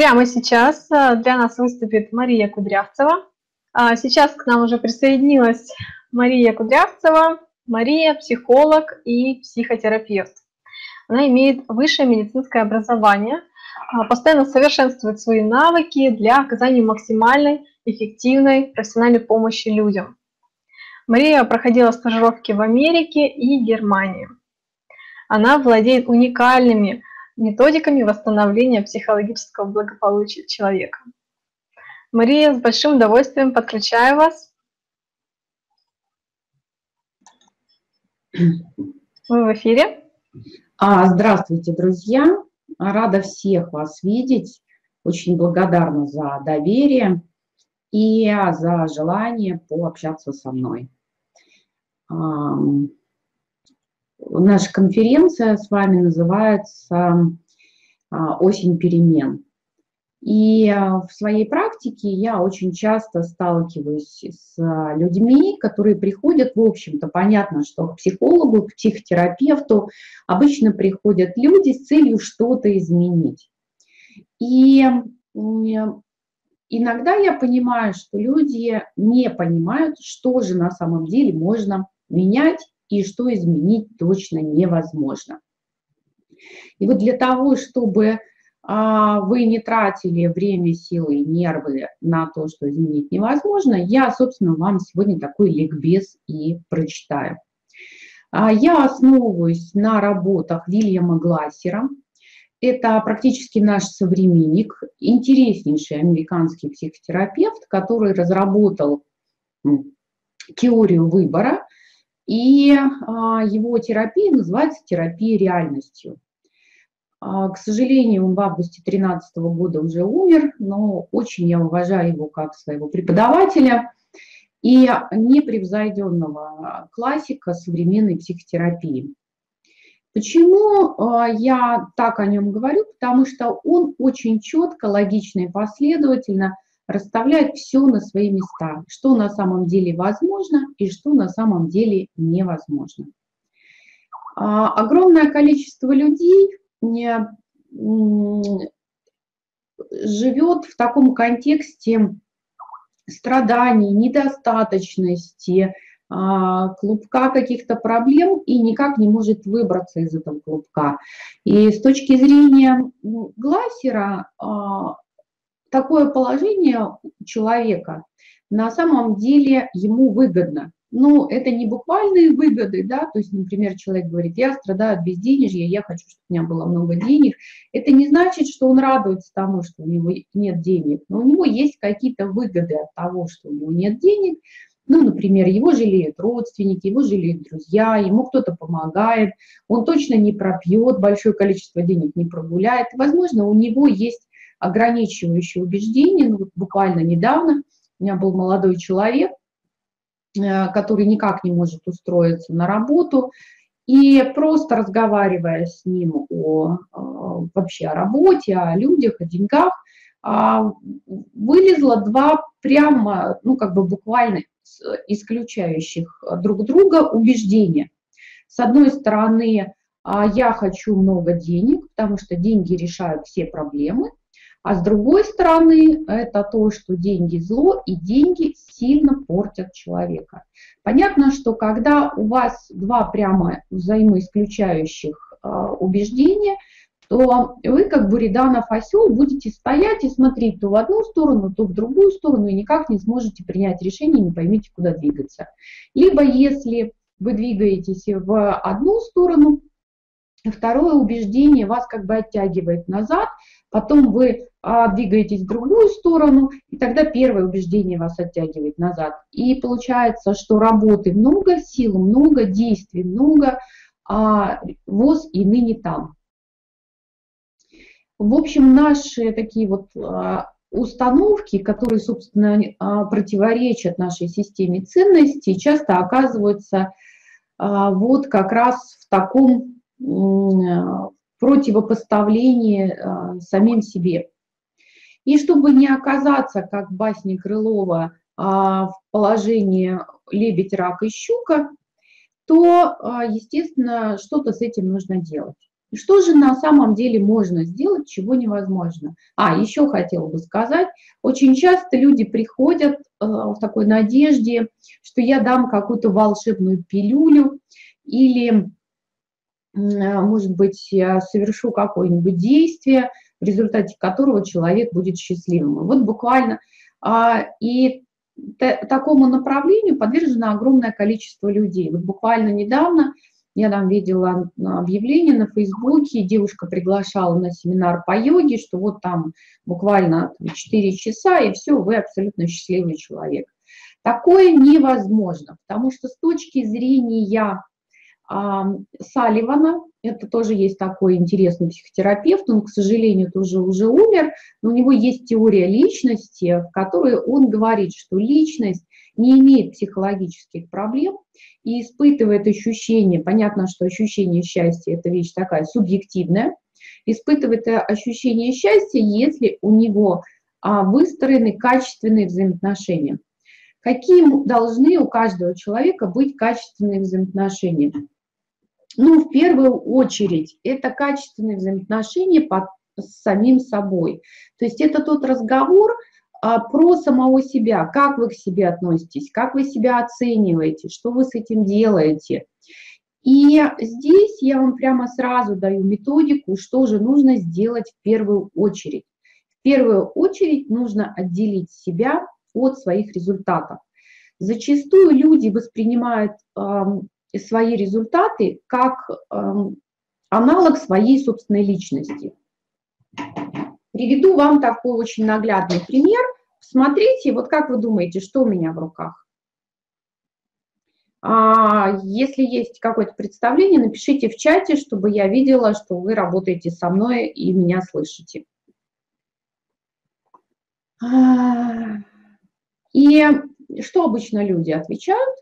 Прямо сейчас для нас выступит Мария Кудрявцева. Сейчас к нам уже присоединилась Мария Кудрявцева. Мария – психолог и психотерапевт. Она имеет высшее медицинское образование, постоянно совершенствует свои навыки для оказания максимальной, эффективной профессиональной помощи людям. Мария проходила стажировки в Америке и Германии. Она владеет уникальными методиками восстановления психологического благополучия человека. Мария, с большим удовольствием подключаю вас. Вы в эфире. Здравствуйте, друзья. Рада всех вас видеть. Очень благодарна за доверие и за желание пообщаться со мной. Наша конференция с вами называется «Осень перемен». И в своей практике я очень часто сталкиваюсь с людьми, которые приходят, в общем-то, понятно, что к психологу, к психотерапевту обычно приходят люди с целью что-то изменить. И иногда я понимаю, что люди не понимают, что же на самом деле можно менять и что изменить точно невозможно. И вот для того, чтобы вы не тратили время, силы и нервы на то, что изменить невозможно, я, собственно, вам сегодня такой ликбез и прочитаю. Я основываюсь на работах Вильяма Глассера. Это практически наш современник, интереснейший американский психотерапевт, который разработал теорию выбора, и его терапия называется терапия реальностью. К сожалению, он в августе 2013 года уже умер, но очень я уважаю его как своего преподавателя и непревзойденного классика современной психотерапии. Почему я так о нем говорю? Потому что он очень четко, логично и последовательно расставляет все на свои места, что на самом деле возможно и что на самом деле невозможно. Огромное количество людей живет в таком контексте страданий, недостаточности, клубка каких-то проблем и никак не может выбраться из этого клубка. И с точки зрения Глассера, такое положение человека на самом деле ему выгодно. Но это не буквальные выгоды, да, то есть, например, человек говорит, я страдаю от безденежья, я хочу, чтобы у меня было много денег. Это не значит, что он радуется тому, что у него нет денег, но у него есть какие-то выгоды от того, что у него нет денег. Ну, например, его жалеют родственники, его жалеют друзья, ему кто-то помогает, он точно не пропьет большое количество денег, не прогуляет. Возможно, у него есть ограничивающие убеждения. Ну, вот буквально недавно у меня был молодой человек, который никак не может устроиться на работу, и просто разговаривая с ним вообще о работе, о людях, о деньгах, вылезло два прямо, ну как бы буквально исключающих друг друга убеждения. С одной стороны, я хочу много денег, потому что деньги решают все проблемы. А с другой стороны, это то, что деньги зло, и деньги сильно портят человека. Понятно, что когда у вас два прямо взаимоисключающих убеждения, то вы, как Буриданов осел, будете стоять и смотреть то в одну сторону, то в другую сторону, и никак не сможете принять решение, не поймете, куда двигаться. Либо если вы двигаетесь в одну сторону, второе убеждение вас как бы оттягивает назад, потом вы двигаетесь в другую сторону, и тогда первое убеждение вас оттягивает назад. И получается, что работы много, сил много, действий много, а ВОЗ и ныне там. В общем, наши такие вот установки, которые, собственно, противоречат нашей системе ценностей, часто оказываются вот как раз в таком противопоставлении самим себе. И чтобы не оказаться, как в басне Крылова, в положении лебедь, рак и щука, то, естественно, что-то с этим нужно делать. Что же на самом деле можно сделать, чего невозможно? Еще хотела бы сказать, очень часто люди приходят в такой надежде, что я дам какую-то волшебную пилюлю или, может быть, я совершу какое-нибудь действие, в результате которого человек будет счастливым. Вот буквально и такому направлению подвержено огромное количество людей. Вот буквально недавно я там видела объявление на Фейсбуке, девушка приглашала на семинар по йоге, что вот там буквально 4 часа, и все, вы абсолютно счастливый человек. Такое невозможно, потому что с точки зрения Салливана, это тоже есть такой интересный психотерапевт, он, к сожалению, тоже уже умер, но у него есть теория личности, в которой он говорит, что личность не имеет психологических проблем и испытывает ощущение, понятно, что ощущение счастья – это вещь такая субъективная, испытывает ощущение счастья, если у него выстроены качественные взаимоотношения. Какие должны у каждого человека быть качественные взаимоотношения? В первую очередь, это качественные взаимоотношения с самим собой. То есть это тот разговор про самого себя, как вы к себе относитесь, как вы себя оцениваете, что вы с этим делаете. И здесь я вам прямо сразу даю методику, что же нужно сделать в первую очередь. В первую очередь нужно отделить себя от своих результатов. Зачастую люди воспринимают свои результаты как аналог своей собственной личности. Приведу вам такой очень наглядный пример. Смотрите, вот как вы думаете, что у меня в руках? Если есть какое-то представление, напишите в чате, чтобы я видела, что вы работаете со мной и меня слышите. И что обычно люди отвечают?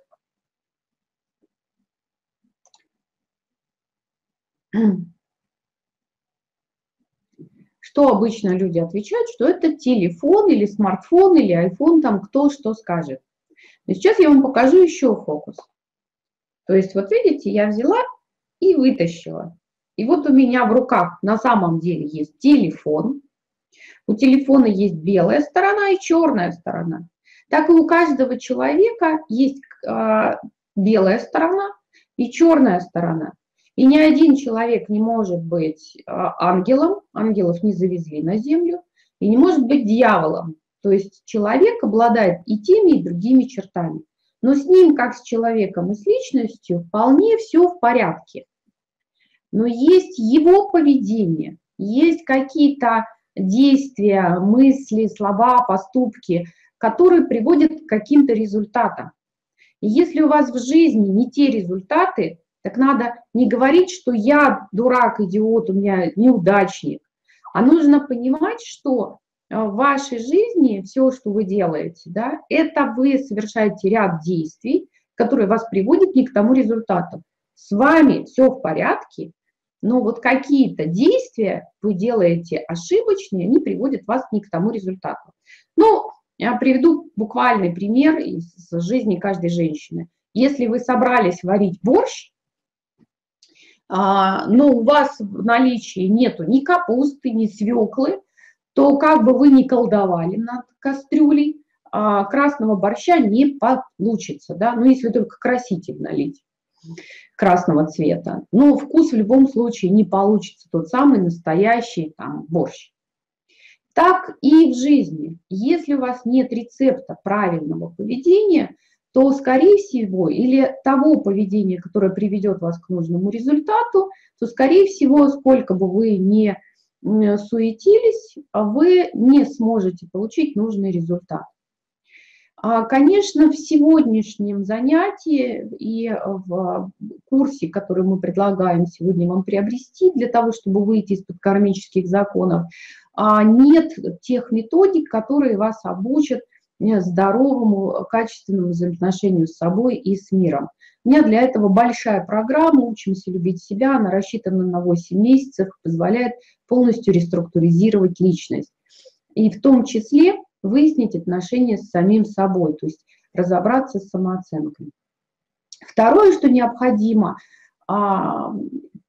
Что обычно люди отвечают, что это телефон или смартфон или айфон, там кто что скажет. Но сейчас я вам покажу еще фокус. То есть вот видите, я взяла и вытащила. И вот у меня в руках на самом деле есть телефон. У телефона есть белая сторона и черная сторона. Так и у каждого человека есть белая сторона и черная сторона. И ни один человек не может быть ангелом, ангелов не завезли на землю, и не может быть дьяволом. То есть человек обладает и теми, и другими чертами. Но с ним, как с человеком и с личностью, вполне все в порядке. Но есть его поведение, есть какие-то действия, мысли, слова, поступки, которые приводят к каким-то результатам. И если у вас в жизни не те результаты, так надо не говорить, что я дурак, идиот, у меня неудачник, а нужно понимать, что в вашей жизни все, что вы делаете, да, это вы совершаете ряд действий, которые вас приводят не к тому результату. С вами все в порядке, но вот какие-то действия вы делаете ошибочные, они приводят вас не к тому результату. Я приведу буквальный пример из жизни каждой женщины. Если вы собрались варить борщ, но у вас в наличии нету ни капусты, ни свеклы, то как бы вы ни колдовали над кастрюлей, красного борща не получится, да? Если только краситель налить красного цвета. Но вкус в любом случае не получится тот самый настоящий борщ. Так и в жизни. Если у вас нет рецепта правильного поведения, то, скорее всего, или того поведения, которое приведет вас к нужному результату, то, скорее всего, сколько бы вы ни суетились, вы не сможете получить нужный результат. Конечно, в сегодняшнем занятии и в курсе, который мы предлагаем сегодня вам приобрести для того, чтобы выйти из-под кармических законов, нет тех методик, которые вас обучат здоровому, качественному взаимоотношению с собой и с миром. У меня для этого большая программа «Учимся любить себя», она рассчитана на 8 месяцев, позволяет полностью реструктуризировать личность. И в том числе выяснить отношения с самим собой, то есть разобраться с самооценкой. Второе, что необходимо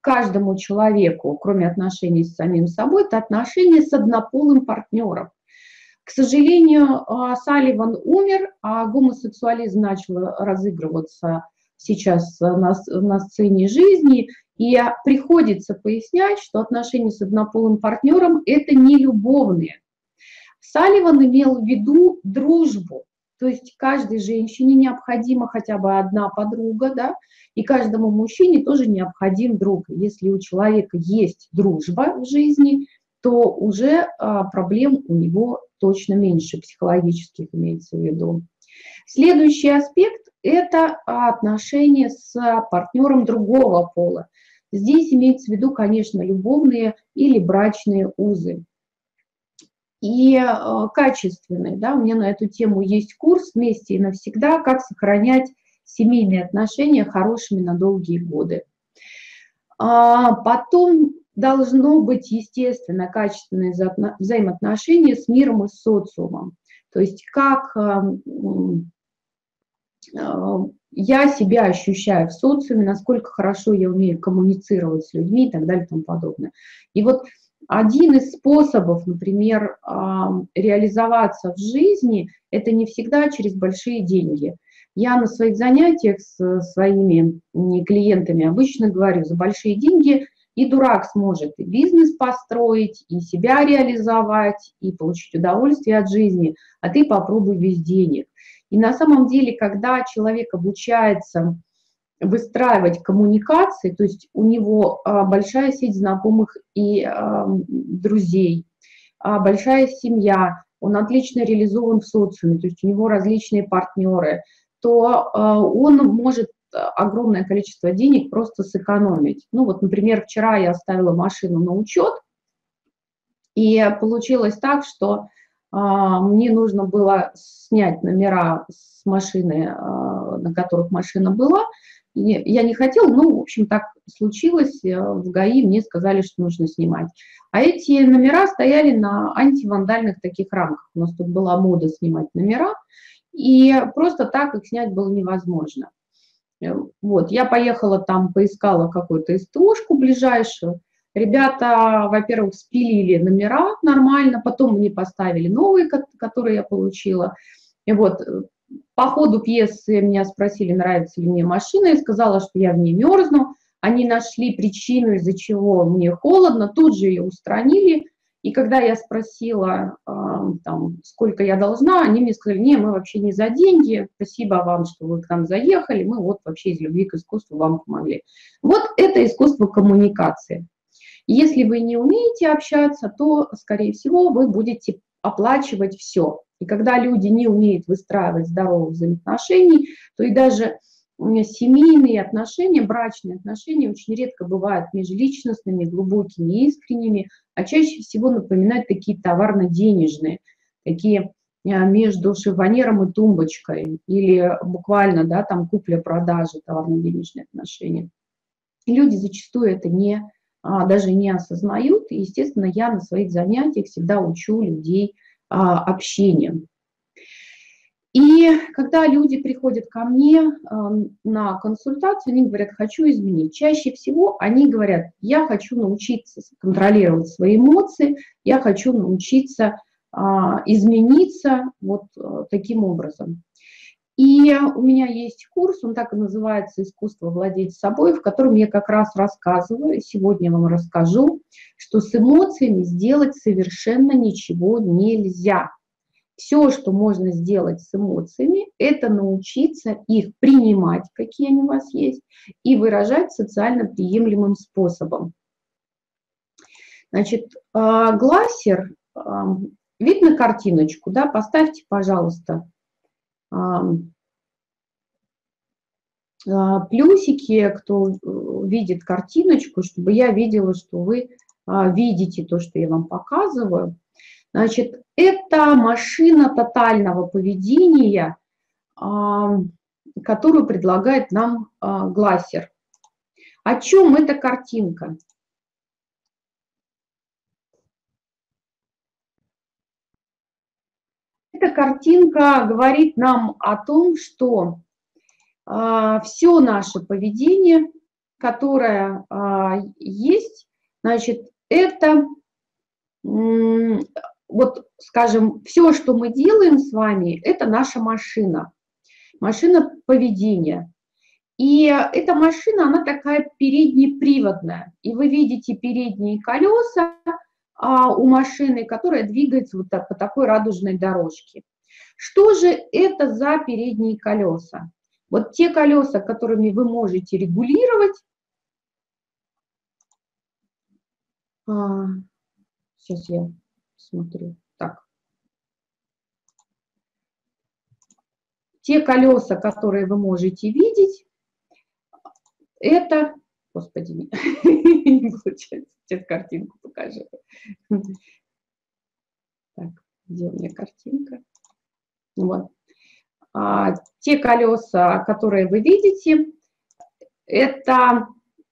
каждому человеку, кроме отношений с самим собой, это отношения с однополым партнером. К сожалению, Салливан умер, а гомосексуализм начал разыгрываться сейчас на сцене жизни, и приходится пояснять, что отношения с однополым партнером – это не любовные. Салливан имел в виду дружбу, то есть каждой женщине необходима хотя бы одна подруга, да, и каждому мужчине тоже необходим друг. Если у человека есть дружба в жизни, то уже проблем у него точно меньше, психологических имеется в виду. Следующий аспект – это отношения с партнером другого пола. Здесь имеется в виду, конечно, любовные или брачные узы. И качественные, да, у меня на эту тему есть курс «Вместе и навсегда. Как сохранять семейные отношения хорошими на долгие годы». Потом должно быть, естественно, качественное взаимоотношение с миром и с социумом. То есть как я себя ощущаю в социуме, насколько хорошо я умею коммуницировать с людьми и так далее и тому подобное. И вот один из способов, например, реализоваться в жизни, это не всегда через большие деньги. Я на своих занятиях с своими клиентами обычно говорю, за большие деньги и дурак сможет и бизнес построить, и себя реализовать, и получить удовольствие от жизни, а ты попробуй без денег. И на самом деле, когда человек обучается выстраивать коммуникации, то есть у него большая сеть знакомых и друзей, большая семья, он отлично реализован в социуме, то есть у него различные партнеры, то он может огромное количество денег просто сэкономить. Ну вот, например, вчера я оставила машину на учет, и получилось так, что мне нужно было снять номера с машины, на которых машина была. Я не хотела, ну, в общем, так случилось, в ГАИ мне сказали, что нужно снимать. А эти номера стояли на антивандальных таких рамках. У нас тут была мода снимать номера, и просто так их снять было невозможно. Вот, я поехала там, поискала какую-то СТОшку ближайшую. Ребята, во-первых, спилили номера нормально, потом мне поставили новые, которые я получила. И вот по ходу пьесы меня спросили, нравится ли мне машина, я сказала, что я в ней мерзну. Они нашли причину, из-за чего мне холодно, тут же ее устранили. И когда я спросила, там, сколько я должна, они мне сказали, не, мы вообще не за деньги, спасибо вам, что вы к нам заехали, мы вот вообще из любви к искусству вам помогли. Вот это искусство коммуникации. Если вы не умеете общаться, то, скорее всего, вы будете оплачивать все. И когда люди не умеют выстраивать здоровых взаимоотношений, то и даже семейные отношения, брачные отношения очень редко бывают межличностными, глубокими, искренними, а чаще всего напоминают такие товарно-денежные, такие между шифоньером и тумбочкой, или буквально, да, там купля-продажа, товарно-денежные отношения. И люди зачастую это даже не осознают, и, естественно, я на своих занятиях всегда учу людей общению. И когда люди приходят ко мне на консультацию, они говорят, хочу изменить. Чаще всего они говорят, я хочу научиться контролировать свои эмоции, я хочу научиться измениться вот таким образом. И у меня есть курс, он так и называется «Искусство владеть собой», в котором я как раз рассказываю, сегодня я вам расскажу, что с эмоциями сделать совершенно ничего нельзя. Все, что можно сделать с эмоциями, это научиться их принимать, какие они у вас есть, и выражать социально приемлемым способом. Значит, глассер, видно картиночку, да? Поставьте, пожалуйста, плюсики, кто видит картиночку, чтобы я видела, что вы видите то, что я вам показываю. Значит, это машина тотального поведения, которую предлагает нам глассер. О чем эта картинка? Эта картинка говорит нам о том, что все наше поведение которая есть, значит, это, вот, скажем, все, что мы делаем с вами, это наша машина поведения. И эта машина, она такая переднеприводная. И вы видите передние колеса у машины, которая двигается вот так, по такой радужной дорожке. Что же это за передние колеса? Вот те колеса, которыми вы можете регулировать. Сейчас я смотрю. Так. Те колеса, которые вы можете видеть, это, господи, не получается, сейчас картинку покажу. Так, где у меня картинка? Вот. Те колеса, которые вы видите, это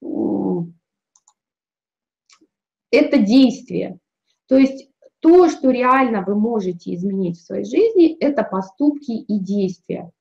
действие. То есть то, что реально вы можете изменить в своей жизни, это поступки и действия.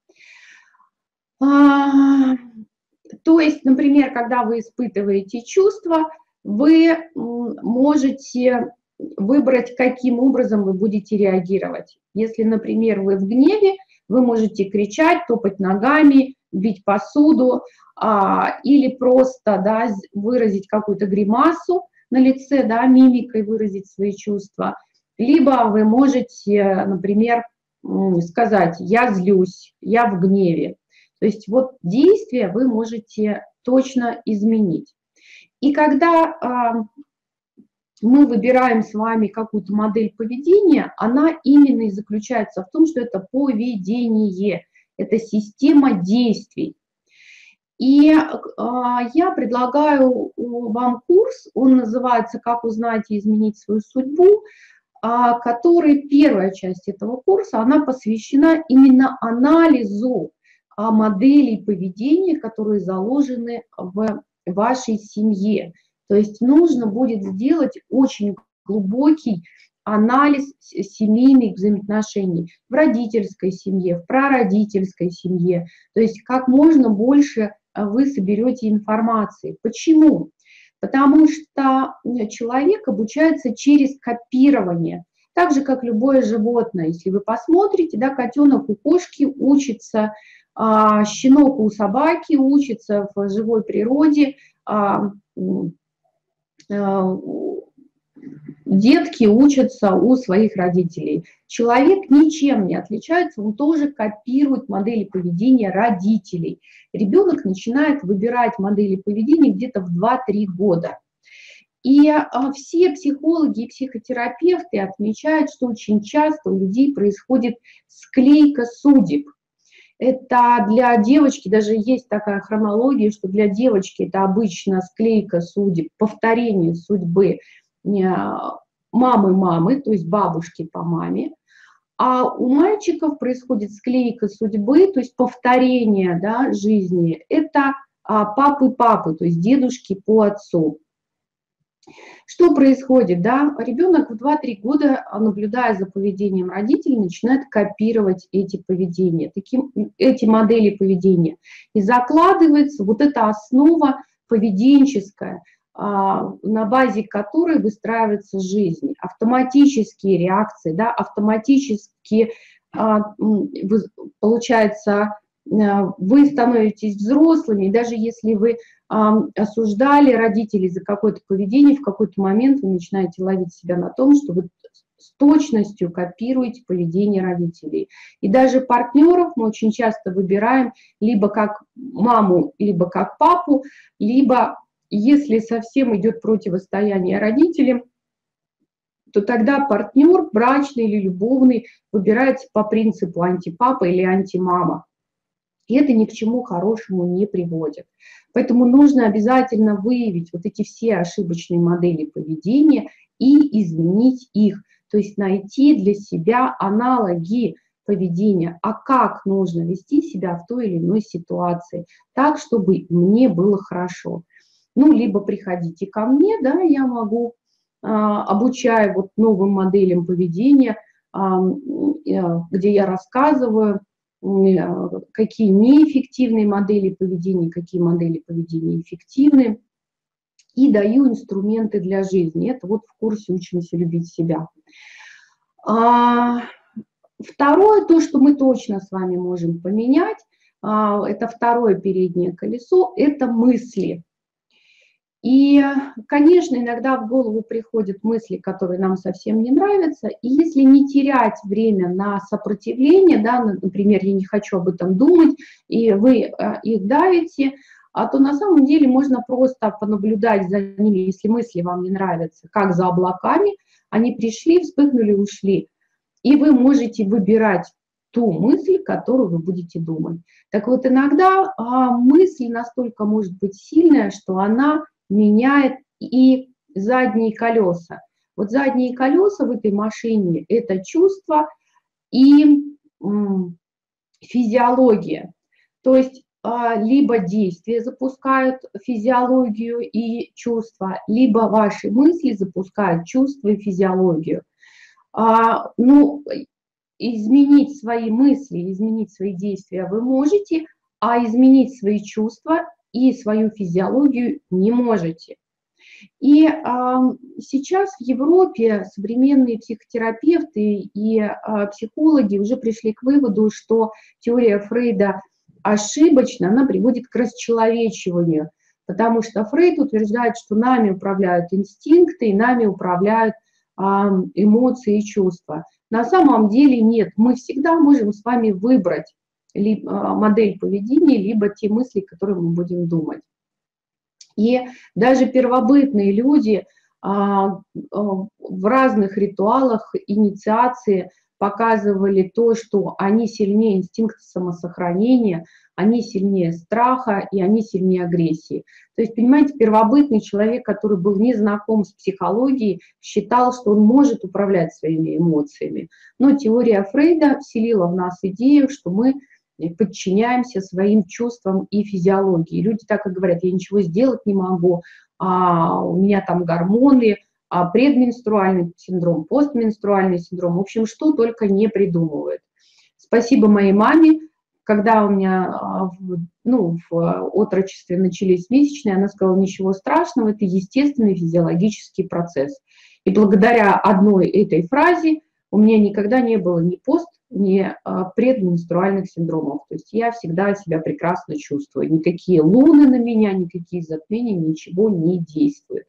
То есть, например, когда вы испытываете чувства, вы можете выбрать, каким образом вы будете реагировать. Если, например, вы в гневе, вы можете кричать, топать ногами, бить посуду или просто, да, выразить какую-то гримасу на лице, да, мимикой выразить свои чувства. Либо вы можете, например, сказать: «Я злюсь», «Я в гневе». То есть вот действия вы можете точно изменить. И когда мы выбираем с вами какую-то модель поведения, она именно и заключается в том, что это поведение, это система действий. И я предлагаю вам курс, он называется «Как узнать и изменить свою судьбу», который, первая часть этого курса, она посвящена именно анализу моделей поведения, которые заложены в вашей семье. То есть нужно будет сделать очень глубокий анализ семейных взаимоотношений в родительской семье, в прародительской семье. То есть как можно больше вы соберете информации. Почему? Потому что человек обучается через копирование, так же, как любое животное. Если вы посмотрите, да, котенок у кошки учится, щенок у собаки учится в живой природе, детки учатся у своих родителей. Человек ничем не отличается, он тоже копирует модели поведения родителей. Ребенок начинает выбирать модели поведения где-то в 2-3 года. И все психологи и психотерапевты отмечают, что очень часто у людей происходит склейка судеб. Это для девочки, даже есть такая хронология, что для девочки это обычно склейка судеб, повторение судьбы мамы, то есть бабушки по маме. А у мальчиков происходит склейка судьбы, то есть повторение, да, жизни. Это папы, то есть дедушки по отцу. Что происходит? Да? Ребенок в 2-3 года, наблюдая за поведением родителей, начинает копировать эти поведения, эти модели поведения. И закладывается вот эта основа поведенческая, на базе которой выстраивается жизнь. Автоматические реакции, да, автоматически, получается, вы становитесь взрослыми, и даже если вы осуждали родителей за какое-то поведение, в какой-то момент вы начинаете ловить себя на том, что вы с точностью копируете поведение родителей. И даже партнеров мы очень часто выбираем либо как маму, либо как папу, либо, если совсем идет противостояние родителям, то тогда партнер, брачный или любовный, выбирается по принципу антипапа или антимама. И это ни к чему хорошему не приводит. Поэтому нужно обязательно выявить вот эти все ошибочные модели поведения и изменить их. То есть найти для себя аналоги поведения, а как нужно вести себя в той или иной ситуации, так, чтобы мне было хорошо. Ну, либо приходите ко мне, да, я могу, обучая вот новым моделям поведения, где я рассказываю, какие неэффективные модели поведения, какие модели поведения эффективны, и даю инструменты для жизни. Это вот в курсе «Учимся любить себя». Второе, то, что мы точно с вами можем поменять, это второе переднее колесо, это мысли. И, конечно, иногда в голову приходят мысли, которые нам совсем не нравятся, и если не терять время на сопротивление, да, например, я не хочу об этом думать, и вы их давите, то на самом деле можно просто понаблюдать за ними, если мысли вам не нравятся, как за облаками, они пришли, вспыхнули, ушли, и вы можете выбирать ту мысль, которую вы будете думать. Так вот, иногда мысль настолько может быть сильная, что она меняет и задние колеса. Вот задние колеса в этой машине – это чувство и физиология. То есть либо действия запускают физиологию и чувства, либо ваши мысли запускают чувства и физиологию. Ну, изменить свои мысли, изменить свои действия вы можете, а изменить свои чувства и свою физиологию не можете. И сейчас в Европе современные психотерапевты и психологи уже пришли к выводу, что теория Фрейда ошибочна, она приводит к расчеловечиванию, потому что Фрейд утверждает, что нами управляют инстинкты и нами управляют эмоции и чувства. На самом деле нет, мы всегда можем с вами выбрать модель поведения, либо те мысли, которые мы будем думать. И даже первобытные люди в разных ритуалах инициации показывали то, что они сильнее инстинкта самосохранения, они сильнее страха и они сильнее агрессии. То есть, понимаете, первобытный человек, который был не знаком с психологией, считал, что он может управлять своими эмоциями. Но теория Фрейда вселила в нас идею, что мы подчиняемся своим чувствам и физиологии. Люди так и говорят: я ничего сделать не могу, у меня там гормоны, предменструальный синдром, постменструальный синдром, в общем, что только не придумывают. Спасибо моей маме, когда у меня в отрочестве начались месячные, она сказала: ничего страшного, это естественный физиологический процесс. И благодаря одной этой фразе у меня никогда не было ни ни предменструальных синдромов. То есть я всегда себя прекрасно чувствую. Никакие луны на меня, никакие затмения, ничего не действуют.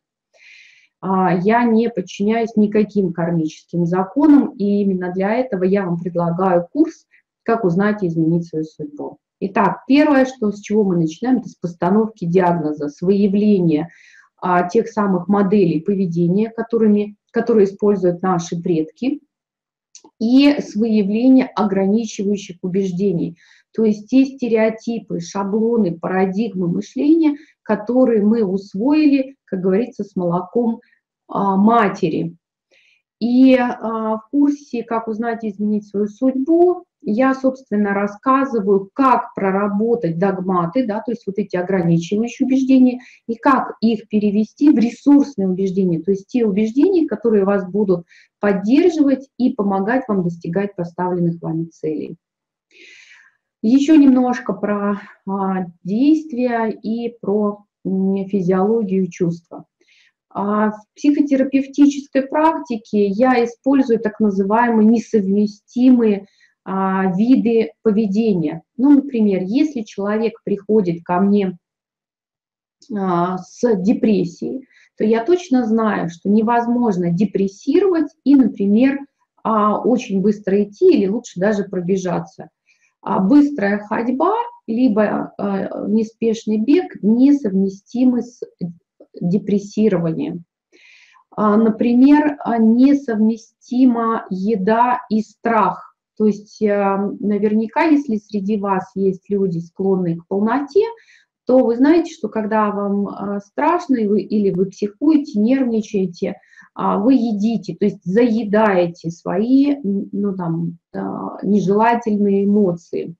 Я не подчиняюсь никаким кармическим законам, и именно для этого я вам предлагаю курс «Как узнать и изменить свою судьбу». Итак, первое, с чего мы начинаем, это с постановки диагноза, с выявления тех самых моделей поведения, которые используют наши предки, и с выявления ограничивающих убеждений, то есть те стереотипы, шаблоны, парадигмы мышления, которые мы усвоили, как говорится, с молоком матери. И в курсе «Как узнать и изменить свою судьбу» я, собственно, рассказываю, как проработать догматы, да, то есть вот эти ограничивающие убеждения, и как их перевести в ресурсные убеждения, то есть те убеждения, которые вас будут поддерживать и помогать вам достигать поставленных вами целей. Еще немножко про действия и про физиологию и чувства. В психотерапевтической практике я использую так называемые несовместимые виды поведения. Ну, например, если человек приходит ко мне с депрессией, то я точно знаю, что невозможно депрессировать и, например, очень быстро идти или лучше даже пробежаться. Быстрая ходьба либо неспешный бег несовместимы с депрессированием. Например, несовместима еда и страх. То есть наверняка, если среди вас есть люди, склонные к полноте, то вы знаете, что когда вам страшно, или вы психуете, нервничаете, вы едите, то есть заедаете свои нежелательные эмоции.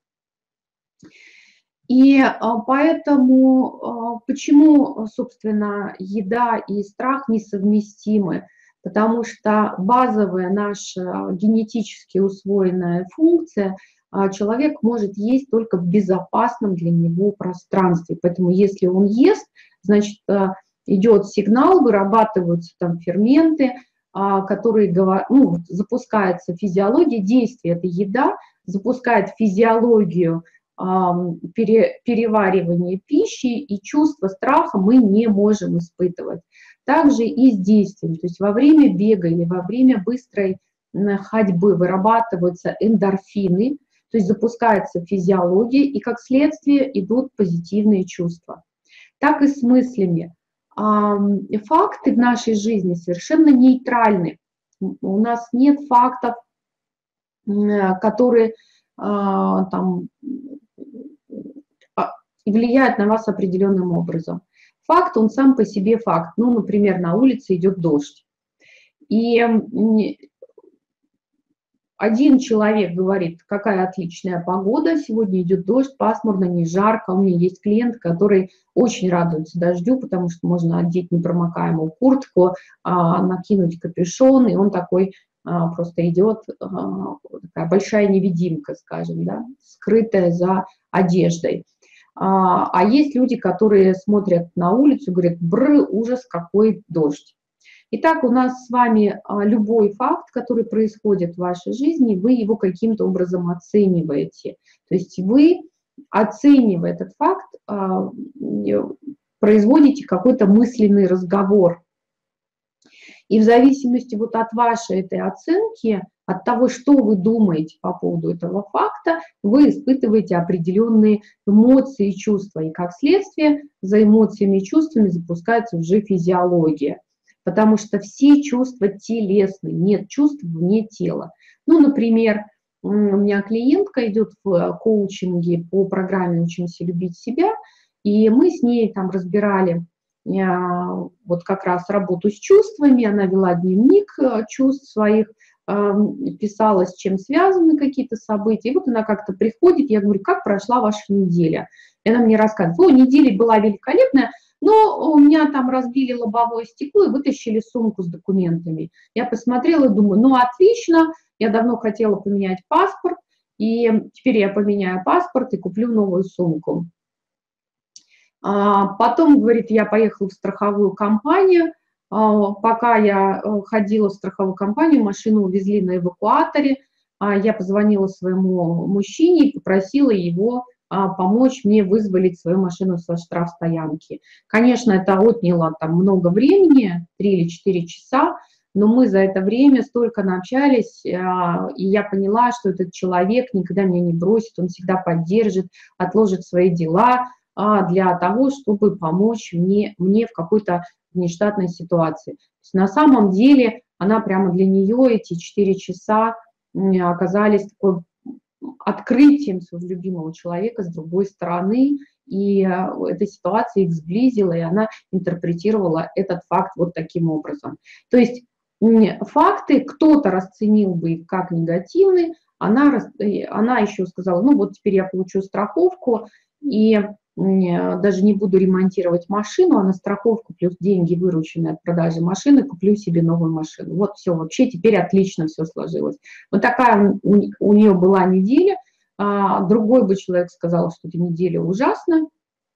И поэтому, почему, собственно, еда и страх несовместимы? Потому что базовая наша генетически усвоенная функция человек может есть только в безопасном для него пространстве. Поэтому если он ест, значит, идет сигнал, вырабатываются там ферменты, которые, ну, запускается физиология действия, это еда, запускает физиологию переваривания пищи, и чувство страха мы не можем испытывать. Также и с действием, то есть во время бега или во время быстрой ходьбы вырабатываются эндорфины, то есть запускается физиология, и как следствие идут позитивные чувства. Так и с мыслями. Факты в нашей жизни совершенно нейтральны. У нас нет фактов, которые там влияют на вас определенным образом. Факт, он сам по себе факт. Ну, например, на улице идет дождь. И один человек говорит, какая отличная погода, сегодня идет дождь, пасмурно, не жарко. У меня есть клиент, который очень радуется дождю, потому что можно одеть непромокаемую куртку, накинуть капюшон, и он такой просто идет, такая большая невидимка, скажем, да, скрытая за одеждой. А есть люди, которые смотрят на улицу и говорят, бррр, ужас, какой дождь. Итак, у нас с вами любой факт, который происходит в вашей жизни, вы его каким-то образом оцениваете. То есть вы, оценивая этот факт, производите какой-то мысленный разговор. И в зависимости вот от вашей этой оценки, от того, что вы думаете по поводу этого факта, вы испытываете определенные эмоции и чувства. И как следствие, за эмоциями и чувствами запускается уже физиология. Потому что все чувства телесны, нет чувств вне тела. Ну, например, у меня клиентка идет в коучинге по программе «Учимся любить себя», и мы с ней там разбирали вот как раз работу с чувствами, она вела дневник чувств своих, писала, с чем связаны какие-то события. И вот она как-то приходит, я говорю, как прошла ваша неделя? И она мне рассказывает, неделя была великолепная, но у меня там разбили лобовое стекло и вытащили сумку с документами. Я посмотрела и думаю, ну отлично, я давно хотела поменять паспорт, и теперь я поменяю паспорт и куплю новую сумку. Потом, говорит, я поехала в страховую компанию. Пока я ходила в страховую компанию, машину увезли на эвакуаторе. Я позвонила своему мужчине и попросила его помочь мне вызволить свою машину со штрафстоянки. Конечно, это отняло там много времени, 3 или 4 часа, но мы за это время столько наобщались, и я поняла, что этот человек никогда меня не бросит, он всегда поддержит, отложит свои дела для того, чтобы помочь мне в какой-то внештатной ситуации. То есть на самом деле она прямо для нее эти 4 часа оказались такой открытием своего любимого человека с другой стороны, и эта ситуация их сблизила, и она интерпретировала этот факт вот таким образом. То есть факты кто-то расценил бы их как негативные, она еще сказала, ну вот теперь я получу страховку, и даже не буду ремонтировать машину, а на страховку плюс деньги, вырученные от продажи машины, куплю себе новую машину. Вот все, вообще теперь отлично все сложилось. Вот такая у нее была неделя. Другой бы человек сказал, что эта неделя ужасна,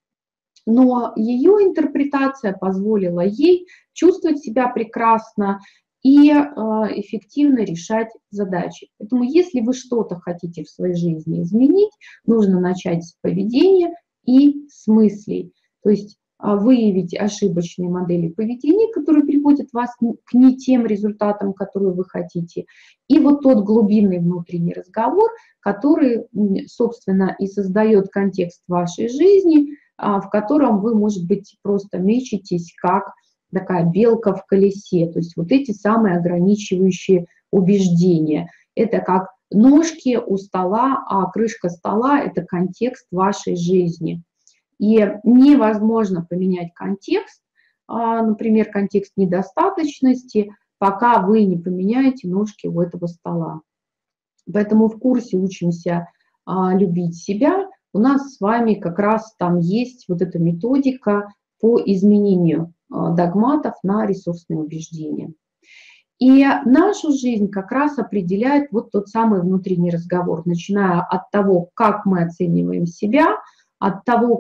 но ее интерпретация позволила ей чувствовать себя прекрасно и эффективно решать задачи. Поэтому если вы что-то хотите в своей жизни изменить, нужно начать с поведения и с мыслей. То есть выявить ошибочные модели поведения, которые приводят вас к не тем результатам, которые вы хотите. И вот тот глубинный внутренний разговор, который, собственно, и создает контекст вашей жизни, в котором вы, может быть, просто мечетесь, как такая белка в колесе. То есть вот эти самые ограничивающие убеждения. Это как ножки у стола, а крышка стола – это контекст вашей жизни. И невозможно поменять контекст, например, контекст недостаточности, пока вы не поменяете ножки у этого стола. Поэтому в курсе «Учимся любить себя» у нас с вами как раз там есть вот эта методика по изменению догматов на ресурсные убеждения. И нашу жизнь как раз определяет вот тот самый внутренний разговор, начиная от того, как мы оцениваем себя, от того,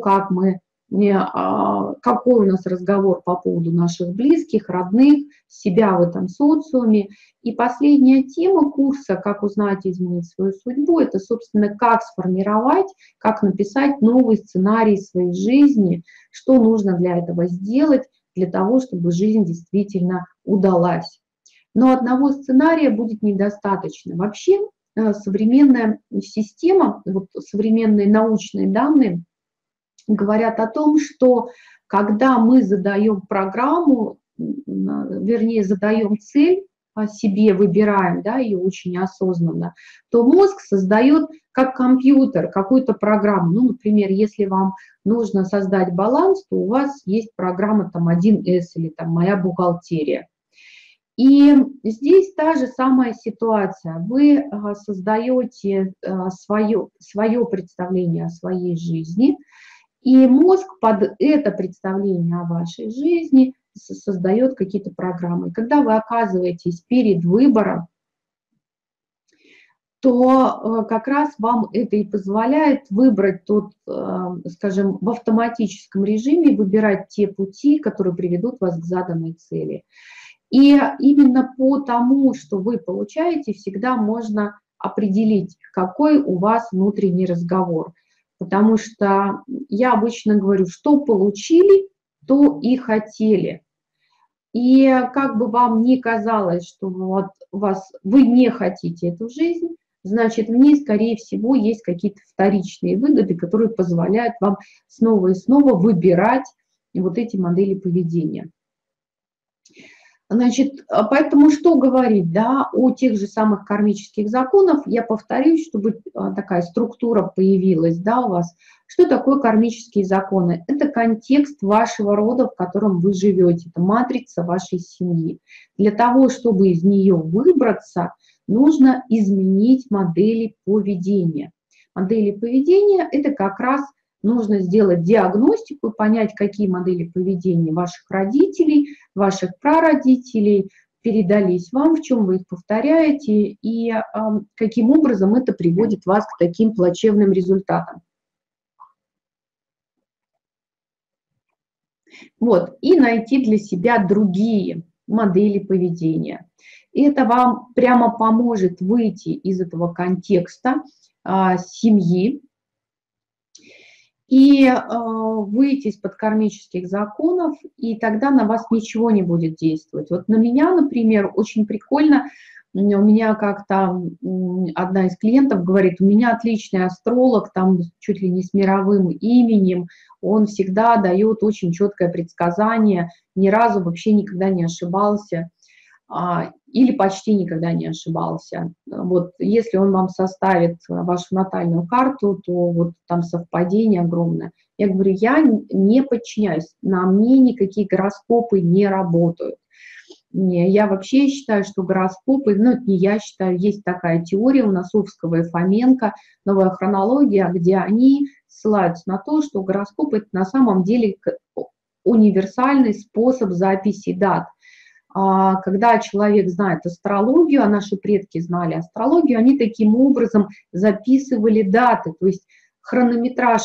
какой у нас разговор по поводу наших близких, родных, себя в этом социуме. И последняя тема курса «Как узнать и изменить свою судьбу» — это, собственно, как сформировать, как написать новый сценарий своей жизни, что нужно для этого сделать, для того, чтобы жизнь действительно удалась. Но одного сценария будет недостаточно. Вообще современная система, вот современные научные данные говорят о том, что когда мы задаем программу, вернее, задаем цель себе, выбираем, да, ее очень осознанно, то мозг создает как компьютер какую-то программу. Ну, например, если вам нужно создать баланс, то у вас есть программа там 1С или там «Моя бухгалтерия». И здесь та же самая ситуация. Вы создаете свое представление о своей жизни, и мозг под это представление о вашей жизни создает какие-то программы. Когда вы оказываетесь перед выбором, то как раз вам это и позволяет выбрать тот, скажем, в автоматическом режиме, выбирать те пути, которые приведут вас к заданной цели. И именно по тому, что вы получаете, всегда можно определить, какой у вас внутренний разговор. Потому что я обычно говорю, что получили, то и хотели. И как бы вам ни казалось, что вот вы не хотите эту жизнь, значит, в ней, скорее всего, есть какие-то вторичные выгоды, которые позволяют вам снова и снова выбирать вот эти модели поведения. Значит, поэтому что говорить, да, о тех же самых кармических законах, я повторюсь, чтобы такая структура появилась, да, у вас. Что такое кармические законы? Это контекст вашего рода, в котором вы живете, это матрица вашей семьи. Для того, чтобы из нее выбраться, нужно изменить модели поведения. Модели поведения – это как раз нужно сделать диагностику, понять, какие модели поведения ваших родителей, ваших прародителей передались вам, в чем вы их повторяете, и каким образом это приводит вас к таким плачевным результатам. Вот, и найти для себя другие модели поведения. И это вам прямо поможет выйти из этого контекста семьи, и выйти из-под кармических законов, и тогда на вас ничего не будет действовать. Вот на меня, например, очень прикольно, у меня как-то одна из клиентов говорит, у меня отличный астролог, там чуть ли не с мировым именем, он всегда дает очень четкое предсказание, ни разу вообще никогда не ошибался. Или почти никогда не ошибался. Вот если он вам составит вашу натальную карту, то вот там совпадение огромное. Я говорю, я не подчиняюсь, на мне никакие гороскопы не работают. Я вообще считаю, что гороскопы, ну это не я считаю, есть такая теория у Носовского и Фоменко, новая хронология, где они ссылаются на то, что гороскоп это на самом деле универсальный способ записи дат. Когда человек знает астрологию, а наши предки знали астрологию, они таким образом записывали даты, то есть хронометраж,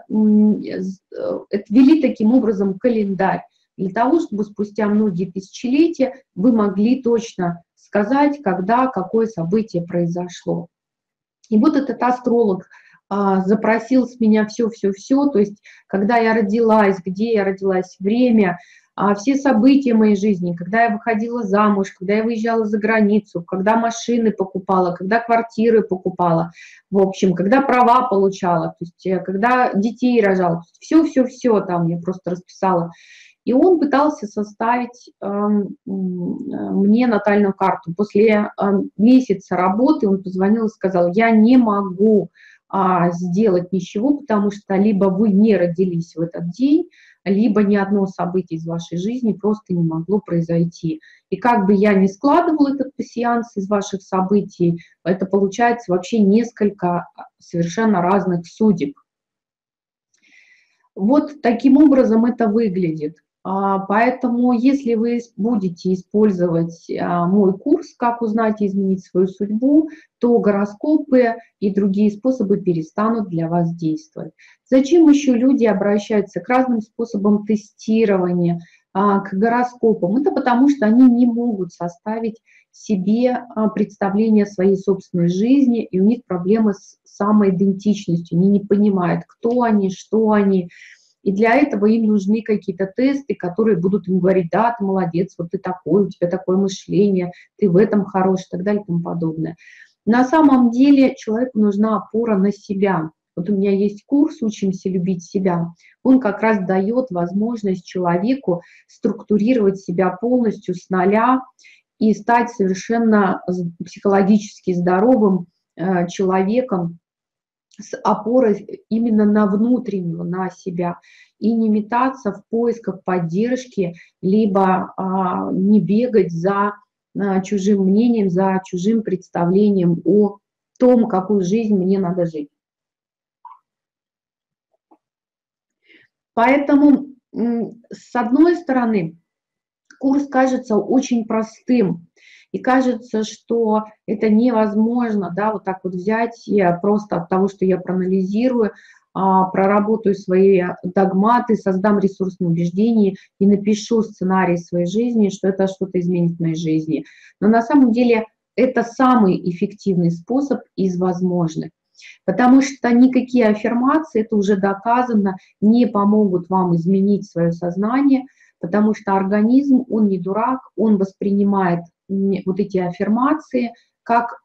ввели таким образом календарь, для того, чтобы спустя многие тысячелетия вы могли точно сказать, когда какое событие произошло. И вот этот астролог запросил с меня все, то есть когда я родилась, где я родилась, время, все события моей жизни, когда я выходила замуж, когда я выезжала за границу, когда машины покупала, когда квартиры покупала, в общем, когда права получала, то есть когда детей рожала, все там я просто расписала. И он пытался составить мне натальную карту. После месяца работы он позвонил и сказал, я не могу сделать ничего, потому что либо вы не родились в этот день, либо ни одно событие из вашей жизни просто не могло произойти. И как бы я ни складывала этот пассианс из ваших событий, это получается вообще несколько совершенно разных судеб. Вот таким образом это выглядит. Поэтому, если вы будете использовать мой курс «Как узнать и изменить свою судьбу», то гороскопы и другие способы перестанут для вас действовать. Зачем еще люди обращаются к разным способам тестирования, к гороскопам? Это потому, что они не могут составить себе представление о своей собственной жизни, и у них проблемы с самоидентичностью. Они не понимают, кто они, что они. И для этого им нужны какие-то тесты, которые будут им говорить: да, ты молодец, вот ты такой, у тебя такое мышление, ты в этом хорош, и так далее и тому подобное. На самом деле человеку нужна опора на себя. Вот у меня есть курс «Учимся любить себя». Он как раз дает возможность человеку структурировать себя полностью с нуля и стать совершенно психологически здоровым человеком, с опорой именно на внутреннюю, на себя, и не метаться в поисках поддержки, либо не бегать за чужим мнением, за чужим представлением о том, какую жизнь мне надо жить. Поэтому, с одной стороны, курс кажется очень простым, и кажется, что это невозможно, да, вот так вот взять и просто от того, что я проанализирую, проработаю свои догматы, создам ресурсные убеждения и напишу сценарий своей жизни, что это что-то изменит в моей жизни. Но на самом деле это самый эффективный способ из возможных. Потому что никакие аффирмации, это уже доказано, не помогут вам изменить свое сознание, потому что организм, он не дурак, он воспринимает вот эти аффирмации как